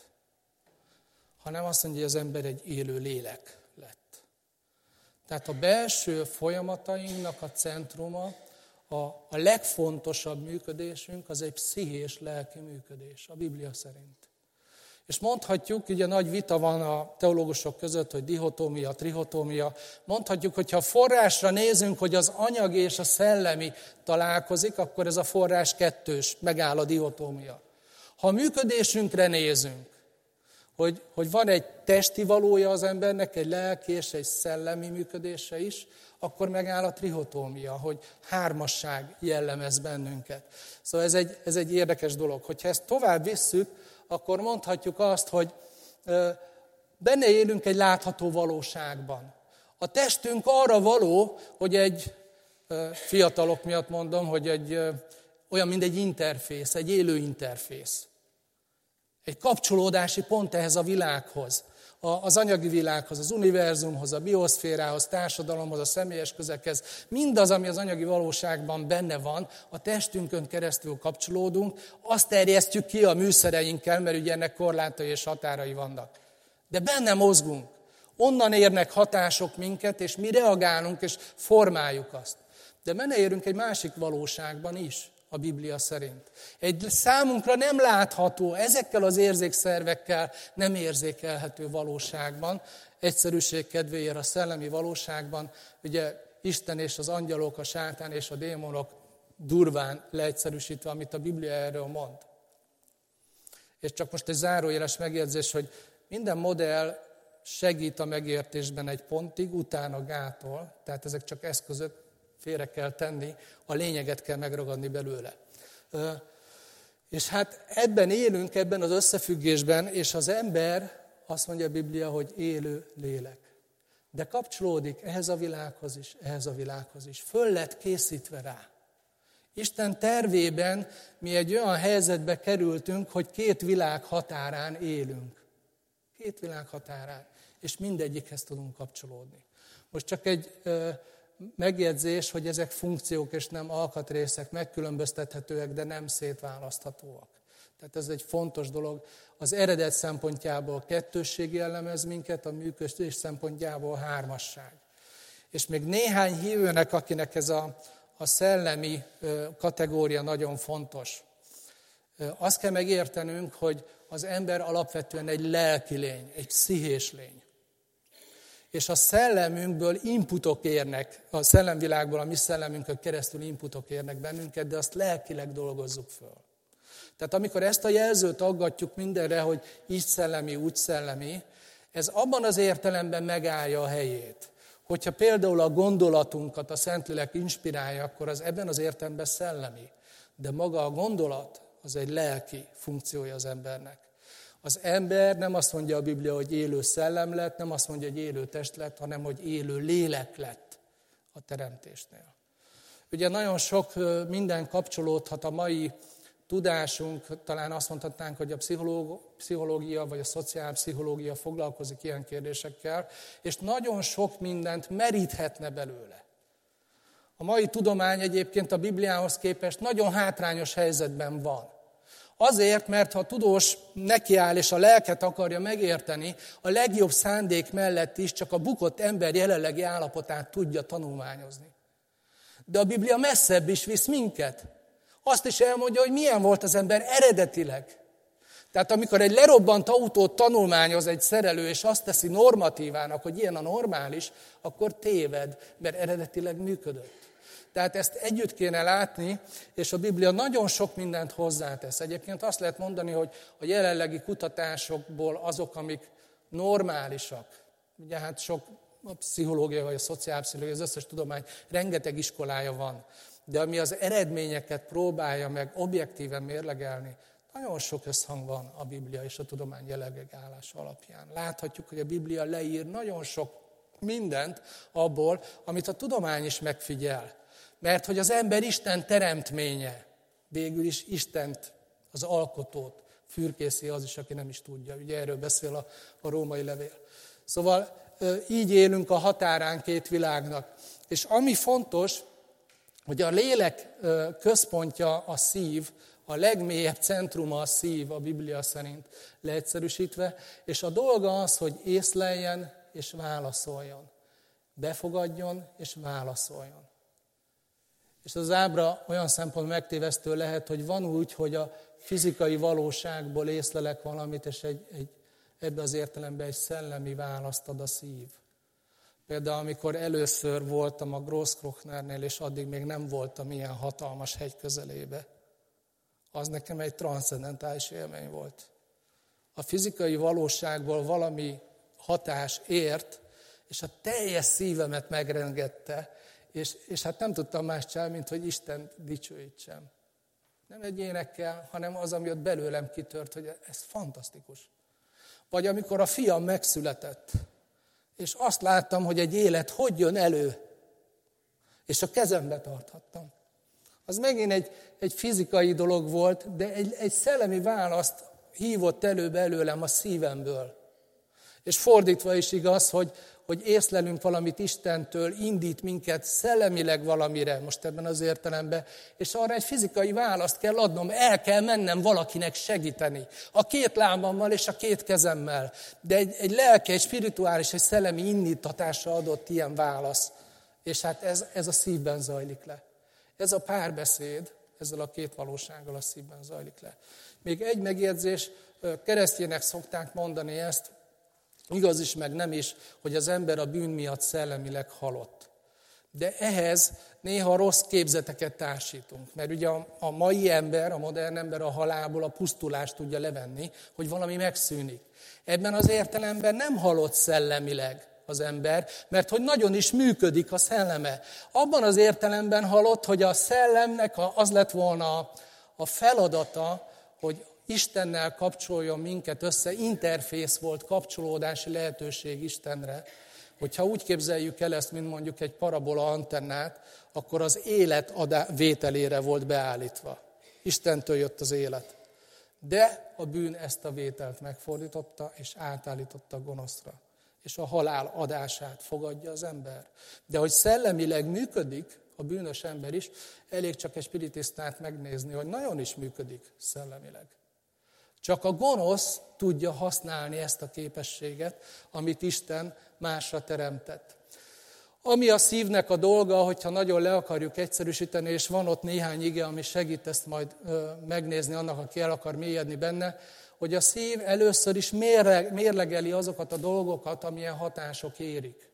Hanem azt mondja, hogy az ember egy élő lélek lett. Tehát a belső folyamatainknak a centruma, a legfontosabb működésünk az egy pszichés lelki működés, a Biblia szerint. És mondhatjuk, ugye nagy vita van a teológusok között, hogy dihotómia, trihotómia, mondhatjuk, hogy ha forrásra nézünk, hogy az anyagi és a szellemi találkozik, akkor ez a forrás kettős, megáll a dihotómia. Ha a működésünkre nézünk, hogy van egy testi valója az embernek, egy lelki és egy szellemi működése is, akkor megáll a trihotómia, hogy hármasság jellemez bennünket. Szóval ez egy érdekes dolog. Hogyha ezt tovább visszük, akkor mondhatjuk azt, hogy benne élünk egy látható valóságban. A testünk arra való, hogy egy, fiatalok miatt mondom, hogy olyan, mint egy interfész, egy élő interfész. Egy kapcsolódási pont ehhez a világhoz, az anyagi világhoz, az univerzumhoz, a bioszférához, társadalomhoz, a személyes közekhez. Mindaz, ami az anyagi valóságban benne van, a testünkön keresztül kapcsolódunk, azt terjesztjük ki a műszereinkkel, mert ugye ennek korlátai és határai vannak. De benne mozgunk. Onnan érnek hatások minket, és mi reagálunk, és formáljuk azt. De benne érünk egy másik valóságban is, a Biblia szerint. Egy számunkra nem látható, ezekkel az érzékszervekkel nem érzékelhető valóságban, egyszerűség kedvéért a szellemi valóságban, ugye Isten és az angyalok, a sátán és a démonok durván leegyszerűsítve, amit a Biblia erről mond. És csak most egy zárójeles megjegyzés, hogy minden modell segít a megértésben egy pontig, utána gátol, tehát ezek csak eszközök, félre kell tenni, a lényeget kell megragadni belőle. És hát ebben élünk, ebben az összefüggésben, és az ember, azt mondja a Biblia, hogy élő lélek. De kapcsolódik ehhez a világhoz is, ehhez a világhoz is. Föl lett készítve rá. Isten tervében mi egy olyan helyzetbe kerültünk, hogy két világ határán élünk. Két világ határán. És mindegyikhez tudunk kapcsolódni. Most csak egy megjegyzés, hogy ezek funkciók és nem alkatrészek, megkülönböztethetőek, de nem szétválaszthatóak. Tehát ez egy fontos dolog. Az eredet szempontjából kettősség jellemez minket, a működés szempontjából hármasság. És még néhány hívőnek, akinek ez a szellemi kategória nagyon fontos. Azt kell megértenünk, hogy az ember alapvetően egy lelki lény, egy pszichés lény. És a szellemünkből inputok érnek, a szellemvilágból a mi szellemünkön keresztül inputok érnek bennünket, de azt lelkileg dolgozzuk föl. Tehát amikor ezt a jelzőt aggatjuk mindenre, hogy így szellemi, úgy szellemi, ez abban az értelemben megállja a helyét. Hogyha például a gondolatunkat a Szentlélek inspirálja, akkor az ebben az értelemben szellemi. De maga a gondolat az egy lelki funkciója az embernek. Az ember nem azt mondja a Biblia, hogy élő szellem lett, nem azt mondja, hogy élő test lett, hanem hogy élő lélek lett a teremtésnél. Ugye nagyon sok minden kapcsolódhat a mai tudásunk, talán azt mondhatnánk, hogy a pszichológia vagy a szociálpszichológia foglalkozik ilyen kérdésekkel, és nagyon sok mindent meríthetne belőle. A mai tudomány egyébként a Bibliához képest nagyon hátrányos helyzetben van. Azért, mert ha a tudós nekiáll és a lelket akarja megérteni, a legjobb szándék mellett is csak a bukott ember jelenlegi állapotát tudja tanulmányozni. De a Biblia messzebb is visz minket. Azt is elmondja, hogy milyen volt az ember eredetileg. Tehát amikor egy lerobbant autót tanulmányoz egy szerelő, és azt teszi normatívának, hogy ilyen a normális, akkor téved, mert eredetileg működött. Tehát ezt együtt kéne látni, és a Biblia nagyon sok mindent hozzátesz. Egyébként azt lehet mondani, hogy a jelenlegi kutatásokból azok, amik normálisak, ugye hát sok a pszichológia vagy a szociálpszichológia, az összes tudomány, rengeteg iskolája van, de ami az eredményeket próbálja meg objektíven mérlegelni, nagyon sok összhang van a Biblia és a tudomány jelenlegi állása alapján. Láthatjuk, hogy a Biblia leír nagyon sok mindent abból, amit a tudomány is megfigyel. Mert hogy az ember Isten teremtménye, végül is Istent, az alkotót fürkészi az is, aki nem is tudja. Ugye erről beszél a római levél. Szóval így élünk a határán két világnak. És ami fontos, hogy a lélek központja a szív, a legmélyebb centruma a szív a Biblia szerint leegyszerűsítve, és a dolga az, hogy észleljen és válaszoljon. Befogadjon és válaszoljon. És az ábra olyan szempontból megtévesztő lehet, hogy van úgy, hogy a fizikai valóságból észlelek valamit, és ebbe az értelemben egy szellemi választ ad a szív. Például amikor először voltam a Großkrochnernél, és addig még nem voltam ilyen hatalmas hegy közelébe, az nekem egy transzcendentális élmény volt. A fizikai valóságból valami hatás ért, és a teljes szívemet megrengette, és hát nem tudtam más csinálni, mint hogy Isten dicsőítsem. Nem egy énekkel, hanem az, ami ott belőlem kitört, hogy ez fantasztikus. Vagy amikor a fiam megszületett, és azt láttam, hogy egy élet hogy jön elő, és a kezembe tarthattam. Az megint egy fizikai dolog volt, de egy szellemi választ hívott elő belőlem a szívemből. És fordítva is igaz, hogy észlelünk valamit Istentől, indít minket szellemileg valamire, most ebben az értelemben, és arra egy fizikai választ kell adnom, el kell mennem valakinek segíteni. A két lábammal és a két kezemmel. De egy lelki, egy spirituális, egy szellemi indítatásra adott ilyen válasz. És hát ez a szívben zajlik le. Ez a párbeszéd, ezzel a két valósággal a szívben zajlik le. Még egy megjegyzés, keresztjének szokták mondani ezt, igaz is, meg nem is, hogy az ember a bűn miatt szellemileg halott. De ehhez néha rossz képzeteket társítunk. Mert ugye a mai ember, a modern ember a halálból a pusztulást tudja levenni, hogy valami megszűnik. Ebben az értelemben nem halott szellemileg az ember, mert hogy nagyon is működik a szelleme. Abban az értelemben halott, hogy a szellemnek az lett volna a feladata, hogy Istennel kapcsoljon minket össze, interfész volt, kapcsolódási lehetőség Istenre. Hogyha úgy képzeljük el ezt, mint mondjuk egy parabola antennát, akkor az élet vételére volt beállítva. Istentől jött az élet. De a bűn ezt a vételt megfordította, és átállította a gonoszra. És a halál adását fogadja az ember. De hogy szellemileg működik a bűnös ember is, elég csak egy spiritistát megnézni, hogy nagyon is működik szellemileg. Csak a gonosz tudja használni ezt a képességet, amit Isten másra teremtett. Ami a szívnek a dolga, hogyha nagyon le akarjuk egyszerűsíteni, és van ott néhány ige, ami segít ezt majd megnézni annak, aki el akar mélyedni benne, hogy a szív először is mérlegeli azokat a dolgokat, amilyen hatások érik.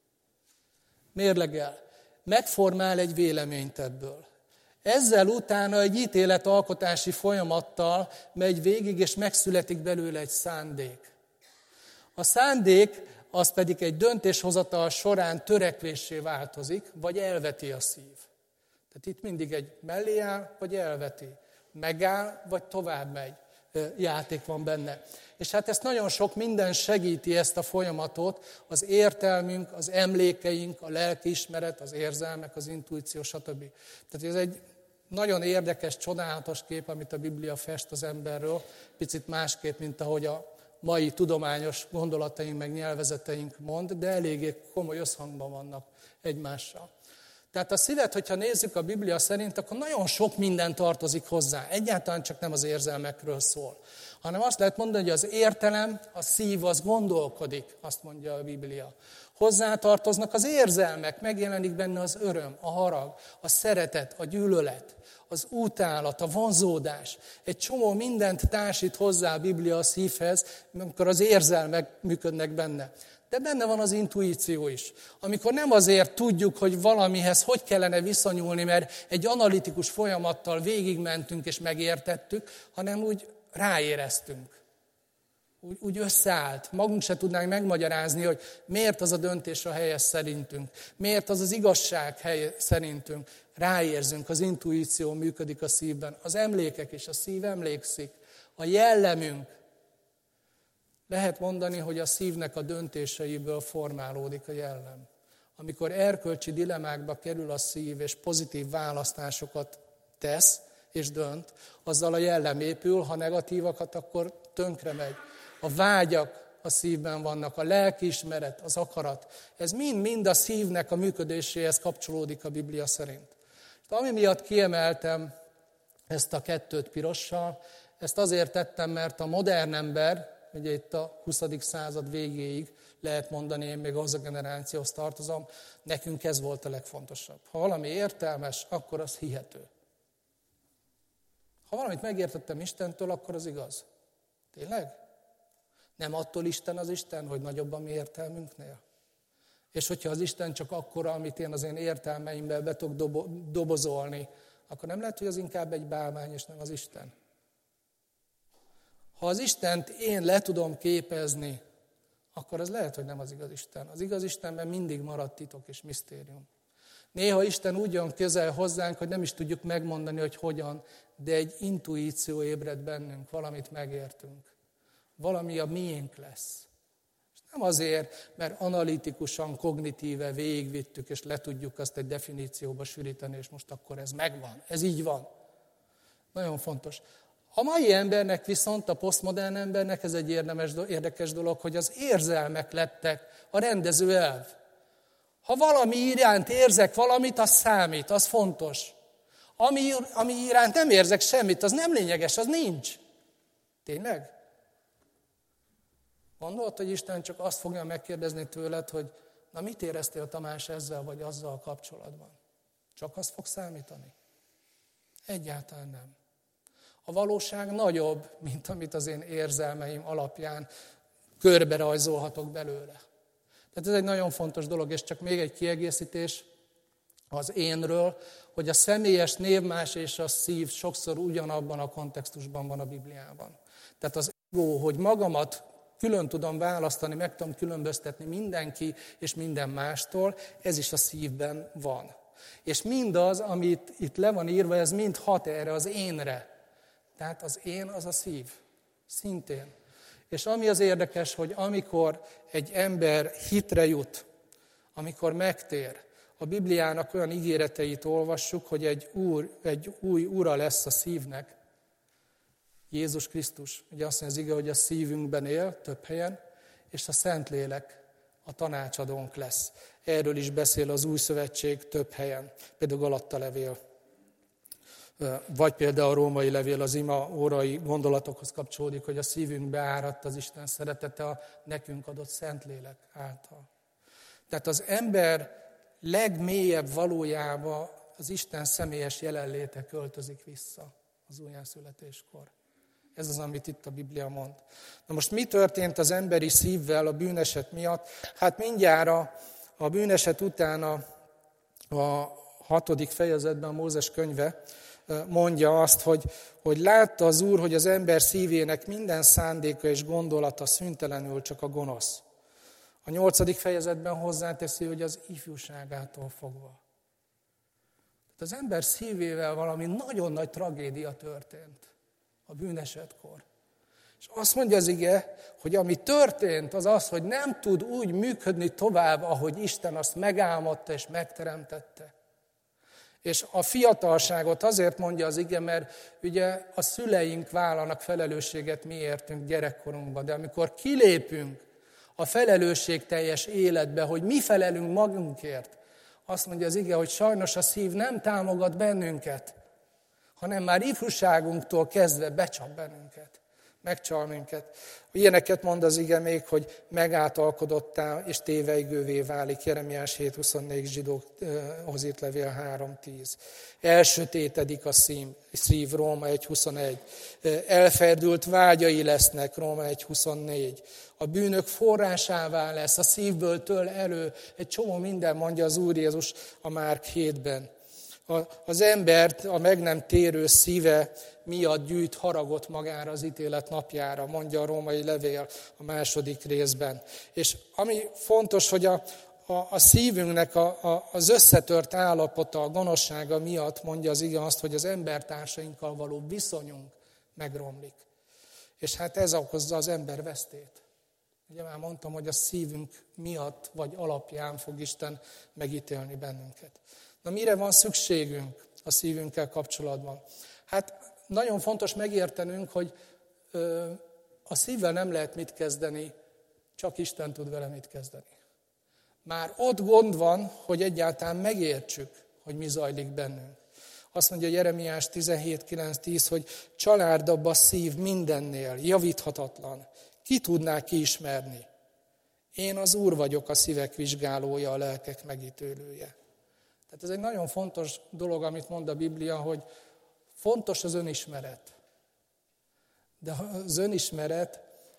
Mérlegel. Megformál egy véleményt ebből. Ezzel utána egy ítéletalkotási folyamattal megy végig, és megszületik belőle egy szándék. A szándék az pedig egy döntéshozatal során törekvéssé változik, vagy elveti a szív. Tehát itt mindig egy mellé áll, vagy elveti. Megáll, vagy tovább megy. Játék van benne. És hát ezt nagyon sok minden segíti, ezt a folyamatot, az értelmünk, az emlékeink, a lelkiismeret, az érzelmek, az intuíció, stb. Tehát ez egy nagyon érdekes, csodálatos kép, amit a Biblia fest az emberről, picit másképp, mint ahogy a mai tudományos gondolataink, meg nyelvezeteink mond, de eléggé komoly összhangban vannak egymással. Tehát a szívet, hogyha nézzük a Biblia szerint, akkor nagyon sok minden tartozik hozzá. Egyáltalán csak nem az érzelmekről szól, hanem azt lehet mondani, hogy az értelem, a szív az gondolkodik, azt mondja a Biblia. Hozzá tartoznak az érzelmek, megjelenik benne az öröm, a harag, a szeretet, a gyűlölet, az utálat, a vonzódás. Egy csomó mindent társít hozzá a Biblia a szívhez, amikor az érzelmek működnek benne. De benne van az intuíció is. Amikor nem azért tudjuk, hogy valamihez hogy kellene viszonyulni, mert egy analitikus folyamattal végigmentünk és megértettük, hanem úgy ráéreztünk. Úgy összeállt. Magunk se tudnánk megmagyarázni, hogy miért az a döntés a helyes szerintünk. Miért az az igazság helye szerintünk. Ráérzünk, az intuíció működik a szívben. Az emlékek is, a szív emlékszik. A jellemünk. Lehet mondani, hogy a szívnek a döntéseiből formálódik a jellem. Amikor erkölcsi dilemákba kerül a szív, és pozitív választásokat tesz és dönt, azzal a jellem épül, ha negatívakat, akkor tönkre megy. A vágyak a szívben vannak, a lelkiismeret, az akarat. Ez mind a szívnek a működéséhez kapcsolódik a Biblia szerint. Ami miatt kiemeltem ezt a kettőt pirossal, ezt azért tettem, mert a modern ember, ugye itt a 20. század végéig lehet mondani, én még az a generációhoz tartozom, nekünk ez volt a legfontosabb. Ha valami értelmes, akkor az hihető. Ha valamit megértettem Istentől, akkor az igaz. Tényleg? Nem attól Isten az Isten, hogy nagyobb a mi értelmünknél? És hogyha az Isten csak akkora, amit én az én értelmeimben be tudok dobozolni, akkor nem lehet, hogy az inkább egy bálvány, és nem az Isten? Ha az Istent én le tudom képezni, akkor az lehet, hogy nem az igaz Isten. Az igaz Istenben mindig marad titok és misztérium. Néha Isten úgy jön közel hozzánk, hogy nem is tudjuk megmondani, hogy hogyan, de egy intuíció ébred bennünk, valamit megértünk. Valami a miénk lesz. És nem azért, mert analitikusan, kognitíve végigvittük, és le tudjuk azt egy definícióba sűríteni, és most akkor ez megvan. Ez így van. Nagyon fontos. A mai embernek viszont, a posztmodern embernek ez egy érdekes dolog, hogy az érzelmek lettek a rendező elv. Ha valami iránt érzek valamit, az számít, az fontos. Ami iránt nem érzek semmit, az nem lényeges, az nincs. Tényleg? Gondolod, hogy Isten csak azt fogja megkérdezni tőled, hogy na mit éreztél, Tamás, ezzel vagy azzal kapcsolatban? Csak az fog számítani? Egyáltalán nem. A valóság nagyobb, mint amit az én érzelmeim alapján körbe rajzolhatok belőle. Tehát ez egy nagyon fontos dolog, és csak még egy kiegészítés az énről, hogy a személyes névmás és a szív sokszor ugyanabban a kontextusban van a Bibliában. Tehát az ego, hogy magamat külön tudom választani, meg tudom különböztetni mindenki és minden mástól, ez is a szívben van. És mindaz, amit itt le van írva, ez mind hat erre az énre. Tehát az én az a szív. Szintén. És ami az érdekes, hogy amikor egy ember hitre jut, amikor megtér, a Bibliának olyan ígéreteit olvassuk, hogy egy új ura lesz a szívnek, Jézus Krisztus. Ugye azt mondja az ige, hogy a szívünkben él több helyen, és a Szentlélek a tanácsadónk lesz. Erről is beszél az Új Szövetség több helyen, például Galatta levél, vagy például a Római levél az ima órai gondolatokhoz kapcsolódik, hogy a szívünkbe áradt az Isten szeretete a nekünk adott Szentlélek által. Tehát az ember legmélyebb valójába az Isten személyes jelenléte költözik vissza az újjászületéskor. Ez az, amit itt a Biblia mond. Na most mi történt az emberi szívvel a bűneset miatt? Hát mindjárt a bűneset után a 6. fejezetben a Mózes könyve mondja azt, hogy látta az Úr, hogy az ember szívének minden szándéka és gondolata szüntelenül csak a gonosz. A 8. fejezetben hozzáteszi, hogy az ifjúságától fogva. Tehát az ember szívével valami nagyon nagy tragédia történt a bűnesetkor. És azt mondja az ige, hogy ami történt, az az, hogy nem tud úgy működni tovább, ahogy Isten azt megálmodta és megteremtette. És a fiatalságot azért mondja az ige, mert ugye a szüleink vállalnak felelősséget mi értünk gyerekkorunkban, de amikor kilépünk a felelősségteljes életbe, hogy mi felelünk magunkért, azt mondja az ige, hogy sajnos a szív nem támogat bennünket, hanem már ifjúságunktól kezdve becsap bennünket, megcsal minket. Ilyeneket mond az ige még, hogy megáltalkodottá és téveigővé válik, Jeremiás 7.24, Zsidókhoz írt levél 3.10. Elsötétedik a szív, Róma 1.21. Elferdült vágyai lesznek, Róma 1.24. A bűnök forrásává lesz, a szívből től elő, egy csomó minden mondja az Úr Jézus a Márk 7-ben. Az embert a meg nem térő szíve miatt gyűjt haragot magára az ítélet napjára, mondja a római levél a 2. részben. És ami fontos, hogy a szívünknek az összetört állapota, a gonoszsága miatt mondja az ige azt, hogy az embertársainkkal való viszonyunk megromlik. És hát ez okozza az ember vesztét. Ugye már mondtam, hogy a szívünk miatt vagy alapján fog Isten megítélni bennünket. Na mire van szükségünk a szívünkkel kapcsolatban? Hát nagyon fontos megértenünk, hogy a szívvel nem lehet mit kezdeni, csak Isten tud vele mit kezdeni. Már ott gond van, hogy egyáltalán megértsük, hogy mi zajlik bennünk. Azt mondja Jeremiás 17.9-10, hogy csalárdabb a szív mindennél, javíthatatlan. Ki tudná kiismerni? Én az Úr vagyok, a szívek vizsgálója, a lelkek megítélője. Tehát ez egy nagyon fontos dolog, amit mond a Biblia, hogy fontos az önismeret. De az önismeret,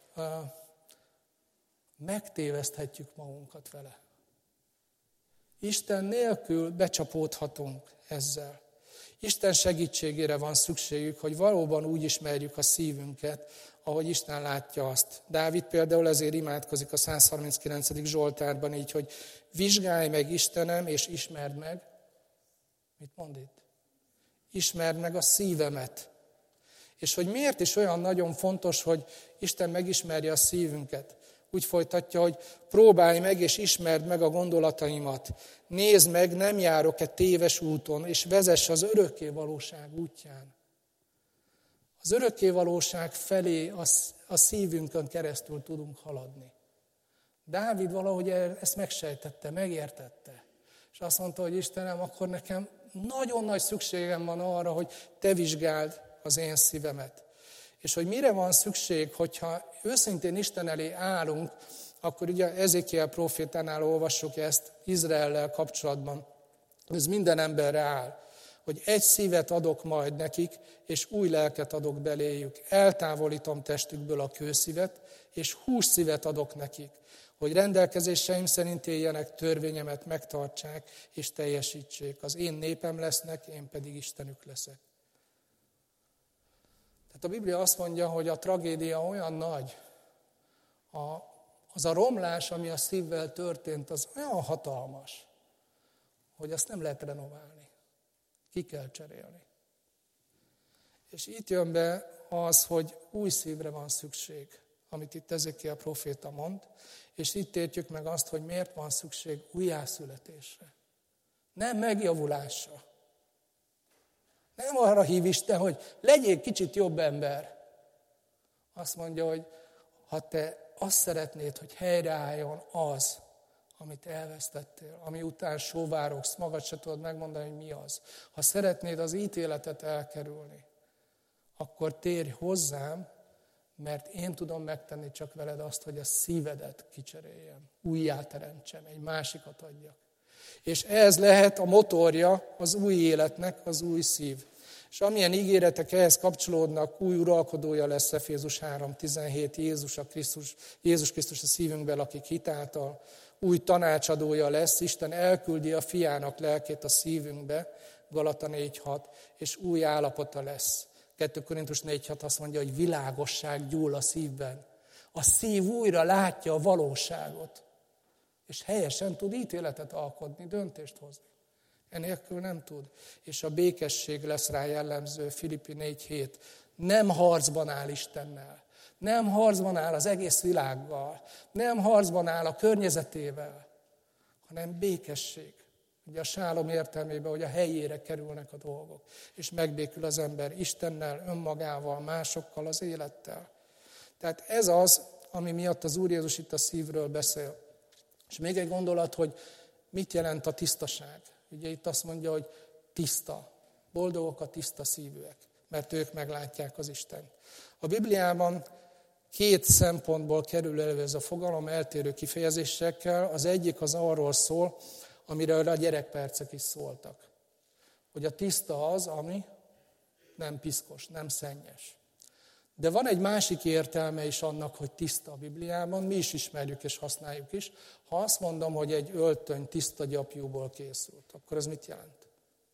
megtéveszthetjük magunkat vele. Isten nélkül becsapódhatunk ezzel. Isten segítségére van szükségük, hogy valóban úgy ismerjük a szívünket, ahogy Isten látja azt. Dávid például ezért imádkozik a 139. Zsoltárban így, hogy vizsgálj meg Istenem, és ismerd meg. Mit mond itt? Ismerd meg a szívemet. És hogy miért is olyan nagyon fontos, hogy Isten megismerje a szívünket. Úgy folytatja, hogy próbálj meg és ismerd meg a gondolataimat. Nézd meg, nem járok-e téves úton, és vezess az örökkévalóság útján. Az örökkévalóság felé a szívünkön keresztül tudunk haladni. Dávid valahogy ezt megsejtette, megértette. És azt mondta, hogy Istenem, akkor nekem nagyon nagy szükségem van arra, hogy te vizsgáld az én szívemet. És hogy mire van szükség, hogyha őszintén Isten elé állunk, akkor ugye Ezékiel prófétánál olvassuk ezt Izraellel kapcsolatban. Ez minden emberre áll. hogy egy szívet adok majd nekik, és új lelket adok beléjük. Eltávolítom testükből a kőszívet, és hússzívet adok nekik, hogy rendelkezéseim szerint éljenek, törvényemet megtartsák, és teljesítsék. Az én népem lesznek, én pedig Istenük leszek. Tehát a Biblia azt mondja, hogy a tragédia olyan nagy, az a romlás, ami a szívvel történt, az olyan hatalmas, hogy azt nem lehet renoválni. Ki kell cserélni. És itt jön be az, hogy új szívre van szükség, amit itt Ezekiel proféta mond, és itt értjük meg azt, hogy miért van szükség újjászületésre. Nem megjavulásra. Nem arra hív Isten, hogy legyél kicsit jobb ember. Azt mondja, hogy ha te azt szeretnéd, hogy helyreálljon az, amit elvesztettél, ami után sóvárogsz, magad se tudod megmondani, hogy mi az. Ha szeretnéd az ítéletet elkerülni, akkor térj hozzám, mert én tudom megtenni csak veled azt, hogy a szívedet kicseréljem, újjáteremtsem, egy másikat adjak. És ez lehet a motorja az új életnek, az új szív. És amilyen ígéretek ehhez kapcsolódnak, új uralkodója lesz, Efézus 3:17, Jézus Krisztus a szívünkben, akik hitáltal, új tanácsadója lesz, Isten elküldi a fiának lelkét a szívünkbe, Galata 4:6, és új állapota lesz. 2 Korintus 4:6 azt mondja, hogy világosság gyúl a szívben. A szív újra látja a valóságot, és helyesen tud ítéletet alkotni, döntést hozni. Enélkül nem tud. És a békesség lesz rá jellemző, Filippi 4:7. Nem harcban áll Istennel, nem harcban áll az egész világgal, nem harcban áll a környezetével, hanem békesség. Ugye a sálom értelmében, hogy a helyére kerülnek a dolgok, és megbékül az ember Istennel, önmagával, másokkal, az élettel. Tehát ez az, ami miatt az Úr Jézus itt a szívről beszél. És még egy gondolat, hogy mit jelent a tisztaság. Ugye itt azt mondja, hogy tiszta, boldogok a tiszta szívűek, mert ők meglátják az Istent. A Bibliában 2 szempontból kerül elő ez a fogalom eltérő kifejezésekkel. Az egyik az arról szól, amiről a gyerekpercek is szóltak. Hogy a tiszta az, ami nem piszkos, nem szennyes. De van egy másik értelme is annak, hogy tiszta a Bibliában, mi is ismerjük és használjuk is. Ha azt mondom, hogy egy öltöny tiszta gyapjúból készült, akkor ez mit jelent?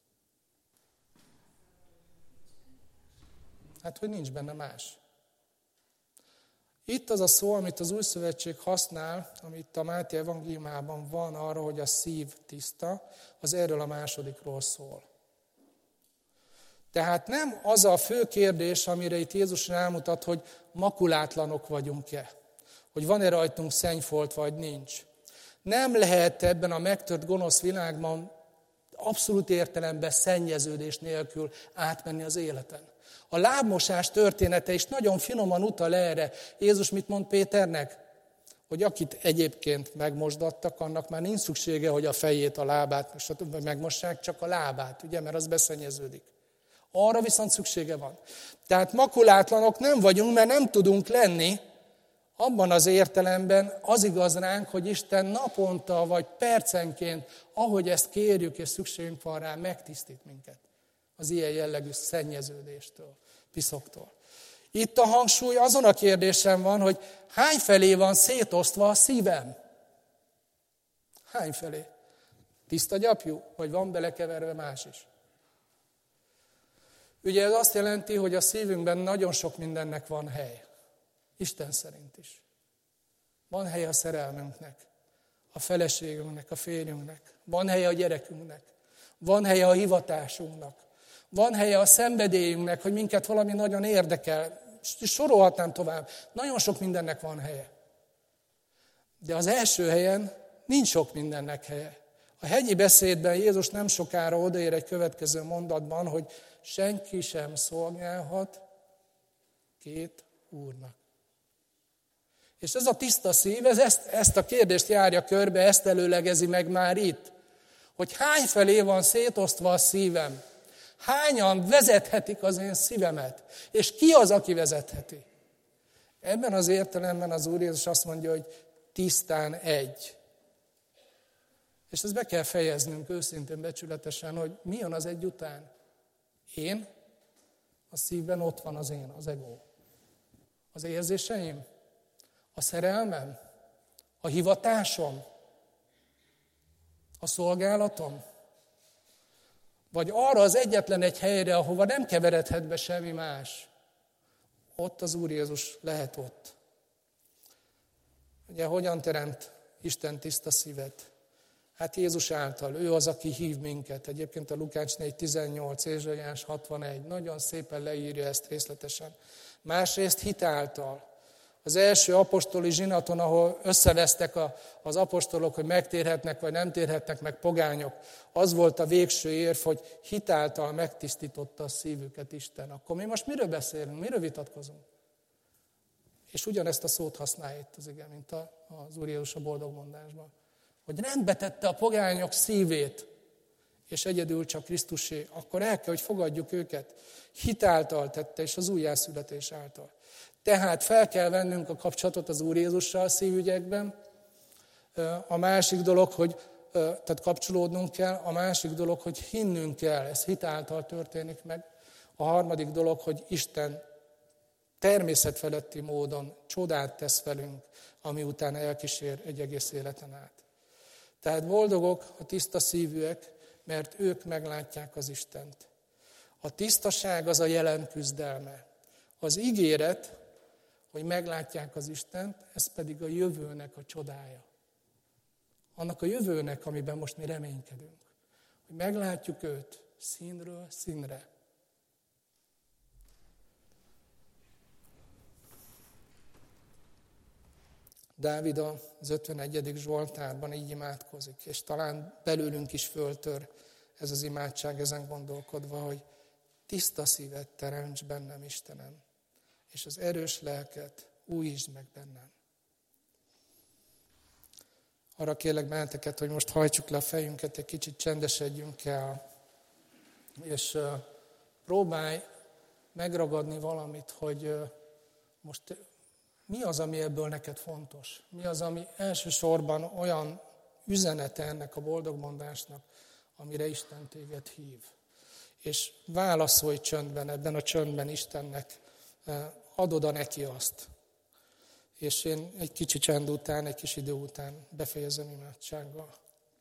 Hát, hogy nincs benne más. Itt az a szó, amit az Új Szövetség használ, amit a Máté evangéliumában van arra, hogy a szív tiszta, az erről a másodikról szól. Tehát nem az a fő kérdés, amire itt Jézus rámutat, hogy makulátlanok vagyunk-e, hogy van-e rajtunk szennyfolt, vagy nincs. Nem lehet ebben a megtört gonosz világban abszolút értelemben szennyeződés nélkül átmenni az életen. A lábmosás története is nagyon finoman utal erre. Jézus mit mond Péternek? Hogy akit egyébként megmosdattak, annak már nincs szüksége, hogy a fejét, a lábát, megmossák, csak a lábát, ugye, mert az beszennyeződik. Arra viszont szüksége van. Tehát makulátlanok nem vagyunk, mert nem tudunk lenni, abban az értelemben az igaz ránk, hogy Isten naponta vagy percenként, ahogy ezt kérjük és szükségünk van rá, megtisztít minket az ilyen jellegű szennyeződéstől, piszoktól. Itt a hangsúly azon a kérdésem van, hogy hány felé van szétosztva a szívem? Hány felé? Tiszta gyapjú, vagy van belekeverve más is? Ugye ez azt jelenti, hogy a szívünkben nagyon sok mindennek van hely. Isten szerint is. Van hely a szerelmünknek, a feleségünknek, a férjünknek. Van hely a gyerekünknek. Van hely a hivatásunknak. Van helye a szenvedélyünknek, hogy minket valami nagyon érdekel. Sorolhatnám tovább. Nagyon sok mindennek van helye. De az első helyen nincs sok mindennek helye. A hegyi beszédben Jézus nem sokára odaér egy következő mondatban, hogy senki sem szolgálhat 2 úrnak. És ez a tiszta szív, ezt a kérdést járja körbe, ezt előlegezi meg már itt. Hogy hány felé van szétosztva a szívem? Hányan vezethetik az én szívemet? És ki az, aki vezetheti? Ebben az értelemben az Úr Jézus azt mondja, hogy tisztán egy. És ezt be kell fejeznünk őszintén, becsületesen, hogy mi jön az egy után? Én, a szívben ott van az én, az ego. Az érzéseim, a szerelmem, a hivatásom, a szolgálatom, vagy arra az egyetlen egy helyre, ahova nem keveredhet be semmi más. Ott az Úr Jézus lehet ott. Ugye hogyan teremt Isten tiszta szívet? Hát Jézus által, ő az, aki hív minket. Egyébként a Lukács 4:18, Ézsaiás 61 nagyon szépen leírja ezt részletesen. Másrészt hit által. Az első apostoli zsinaton, ahol összevesztek az apostolok, hogy megtérhetnek, vagy nem térhetnek meg pogányok, az volt a végső érv, hogy hit által megtisztította a szívüket Isten. Akkor mi most miről beszélünk, miről vitatkozunk? És ugyanezt a szót használja itt az ige, mint az Úr Jézus a boldogmondásban. Hogy rendbe tette a pogányok szívét, és egyedül csak Krisztusé, akkor el kell, hogy fogadjuk őket. Hit által tette, és az újjászületés által. Tehát fel kell vennünk a kapcsolatot az Úr Jézussal a szívügyekben. A másik dolog, hogy tehát kapcsolódnunk kell, a másik dolog, hogy hinnünk kell, ez hit által történik meg. A harmadik dolog, hogy Isten természetfeletti módon csodát tesz velünk, ami után elkísér egy egész életen át. Tehát boldogok a tiszta szívűek, mert ők meglátják az Istent. A tisztaság az a jelen küzdelme. Az ígéret, hogy meglátják az Istent, ez pedig a jövőnek a csodája. Annak a jövőnek, amiben most mi reménykedünk. Hogy meglátjuk őt színről színre. Dávid az 51. Zsoltárban így imádkozik, és talán belőlünk is föltör ez az imádság ezen gondolkodva, hogy tiszta szívet teremts bennem, Istenem, és az erős lelket újítsd meg bennem. Arra kérlek benneteket, hogy most hajtsuk le a fejünket, egy kicsit csendesedjünk el, és próbálj megragadni valamit, hogy most mi az, ami ebből neked fontos? Mi az, ami elsősorban olyan üzenete ennek a boldogmondásnak, amire Isten téged hív? És válaszolj csöndben, ebben a csöndben Istennek, add oda neki azt. És én egy kicsi csend után, egy kis idő után befejezem imádsággal.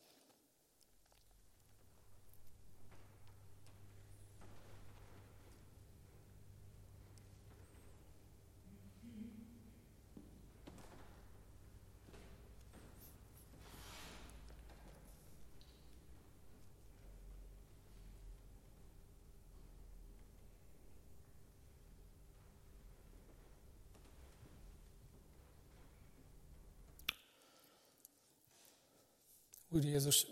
Úr Jézus,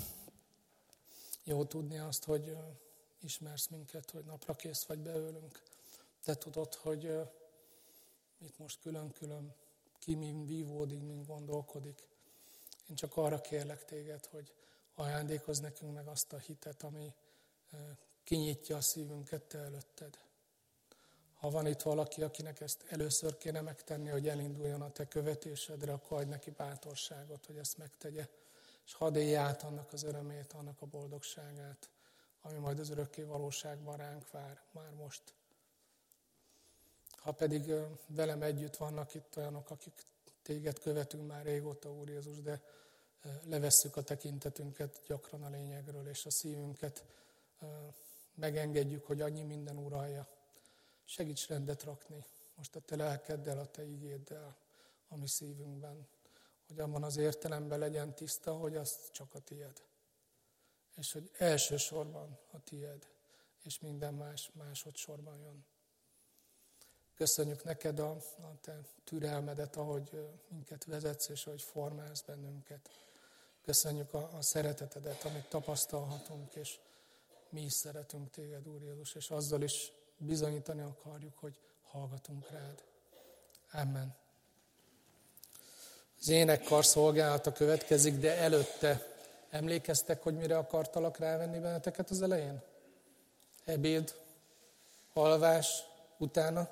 jó tudni azt, hogy ismersz minket, hogy napra kész vagy belőlünk. Te tudod, hogy itt most külön-külön ki min vívódik, min gondolkodik. Én csak arra kérlek téged, hogy ajándékozz nekünk meg azt a hitet, ami kinyitja a szívünket te előtted. Ha van itt valaki, akinek ezt először kéne megtenni, hogy elinduljon a te követésedre, akkor adj neki bátorságot, hogy ezt megtegye. És hadd élj át annak az örömét, annak a boldogságát, ami majd az örökké valóságban ránk vár, már most. Ha pedig velem együtt vannak itt olyanok, akik téged követünk már régóta, Úr Jézus, de levesszük a tekintetünket gyakran a lényegről, és a szívünket megengedjük, hogy annyi minden uralja. Segíts rendet rakni most a te lelkeddel, a te igéddel, a mi szívünkben. Hogy abban az értelemben legyen tiszta, hogy az csak a tied. És hogy elsősorban a tied, és minden más másodszorban jön. Köszönjük neked a te türelmedet, ahogy minket vezetsz, és ahogy formálsz bennünket. Köszönjük a szeretetedet, amit tapasztalhatunk, és mi is szeretünk téged, Úr Jézus, és azzal is bizonyítani akarjuk, hogy hallgatunk rád. Amen. Az énekkar szolgálata következik, de előtte emlékeztek, hogy mire akartalak rávenni benneteket az elején? Ebéd, alvás, utána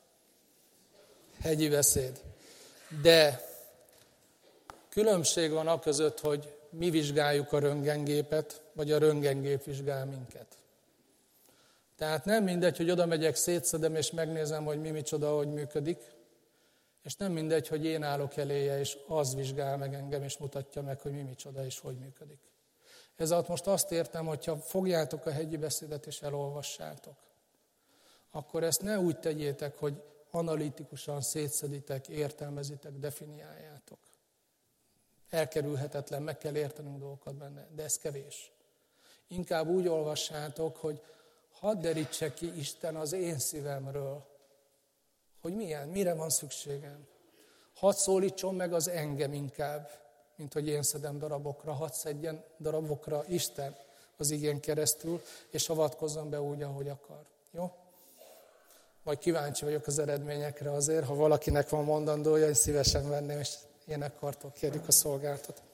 hegyi beszéd. De különbség van a között, hogy mi vizsgáljuk a röntgengépet, vagy a röntgengép vizsgál minket. Tehát nem mindegy, hogy oda megyek, szétszedem, és megnézem, hogy mi micsoda, hogy működik, és nem mindegy, hogy én állok eléje, és az vizsgál meg engem, és mutatja meg, hogy mi micsoda, és hogy működik. Ez alatt most azt értem, hogyha fogjátok a hegyi beszédet, és elolvassátok, akkor ezt ne úgy tegyétek, hogy analitikusan szétszeditek, értelmezitek, definiáljátok. Elkerülhetetlen, meg kell értenünk dolgokat benne, de ez kevés. Inkább úgy olvassátok, hogy hadd derítse ki Isten az én szívemről, hogy mire van szükségem. Hadd szólítson meg az engem inkább, mint hogy én szedem darabokra, hadd szedjen darabokra Isten az igén keresztül, és avatkozzon be úgy, ahogy akar. Jó? Majd kíváncsi vagyok az eredményekre azért, ha valakinek van mondandója, én szívesen venném, és énekkartól kérjük a szolgáltat.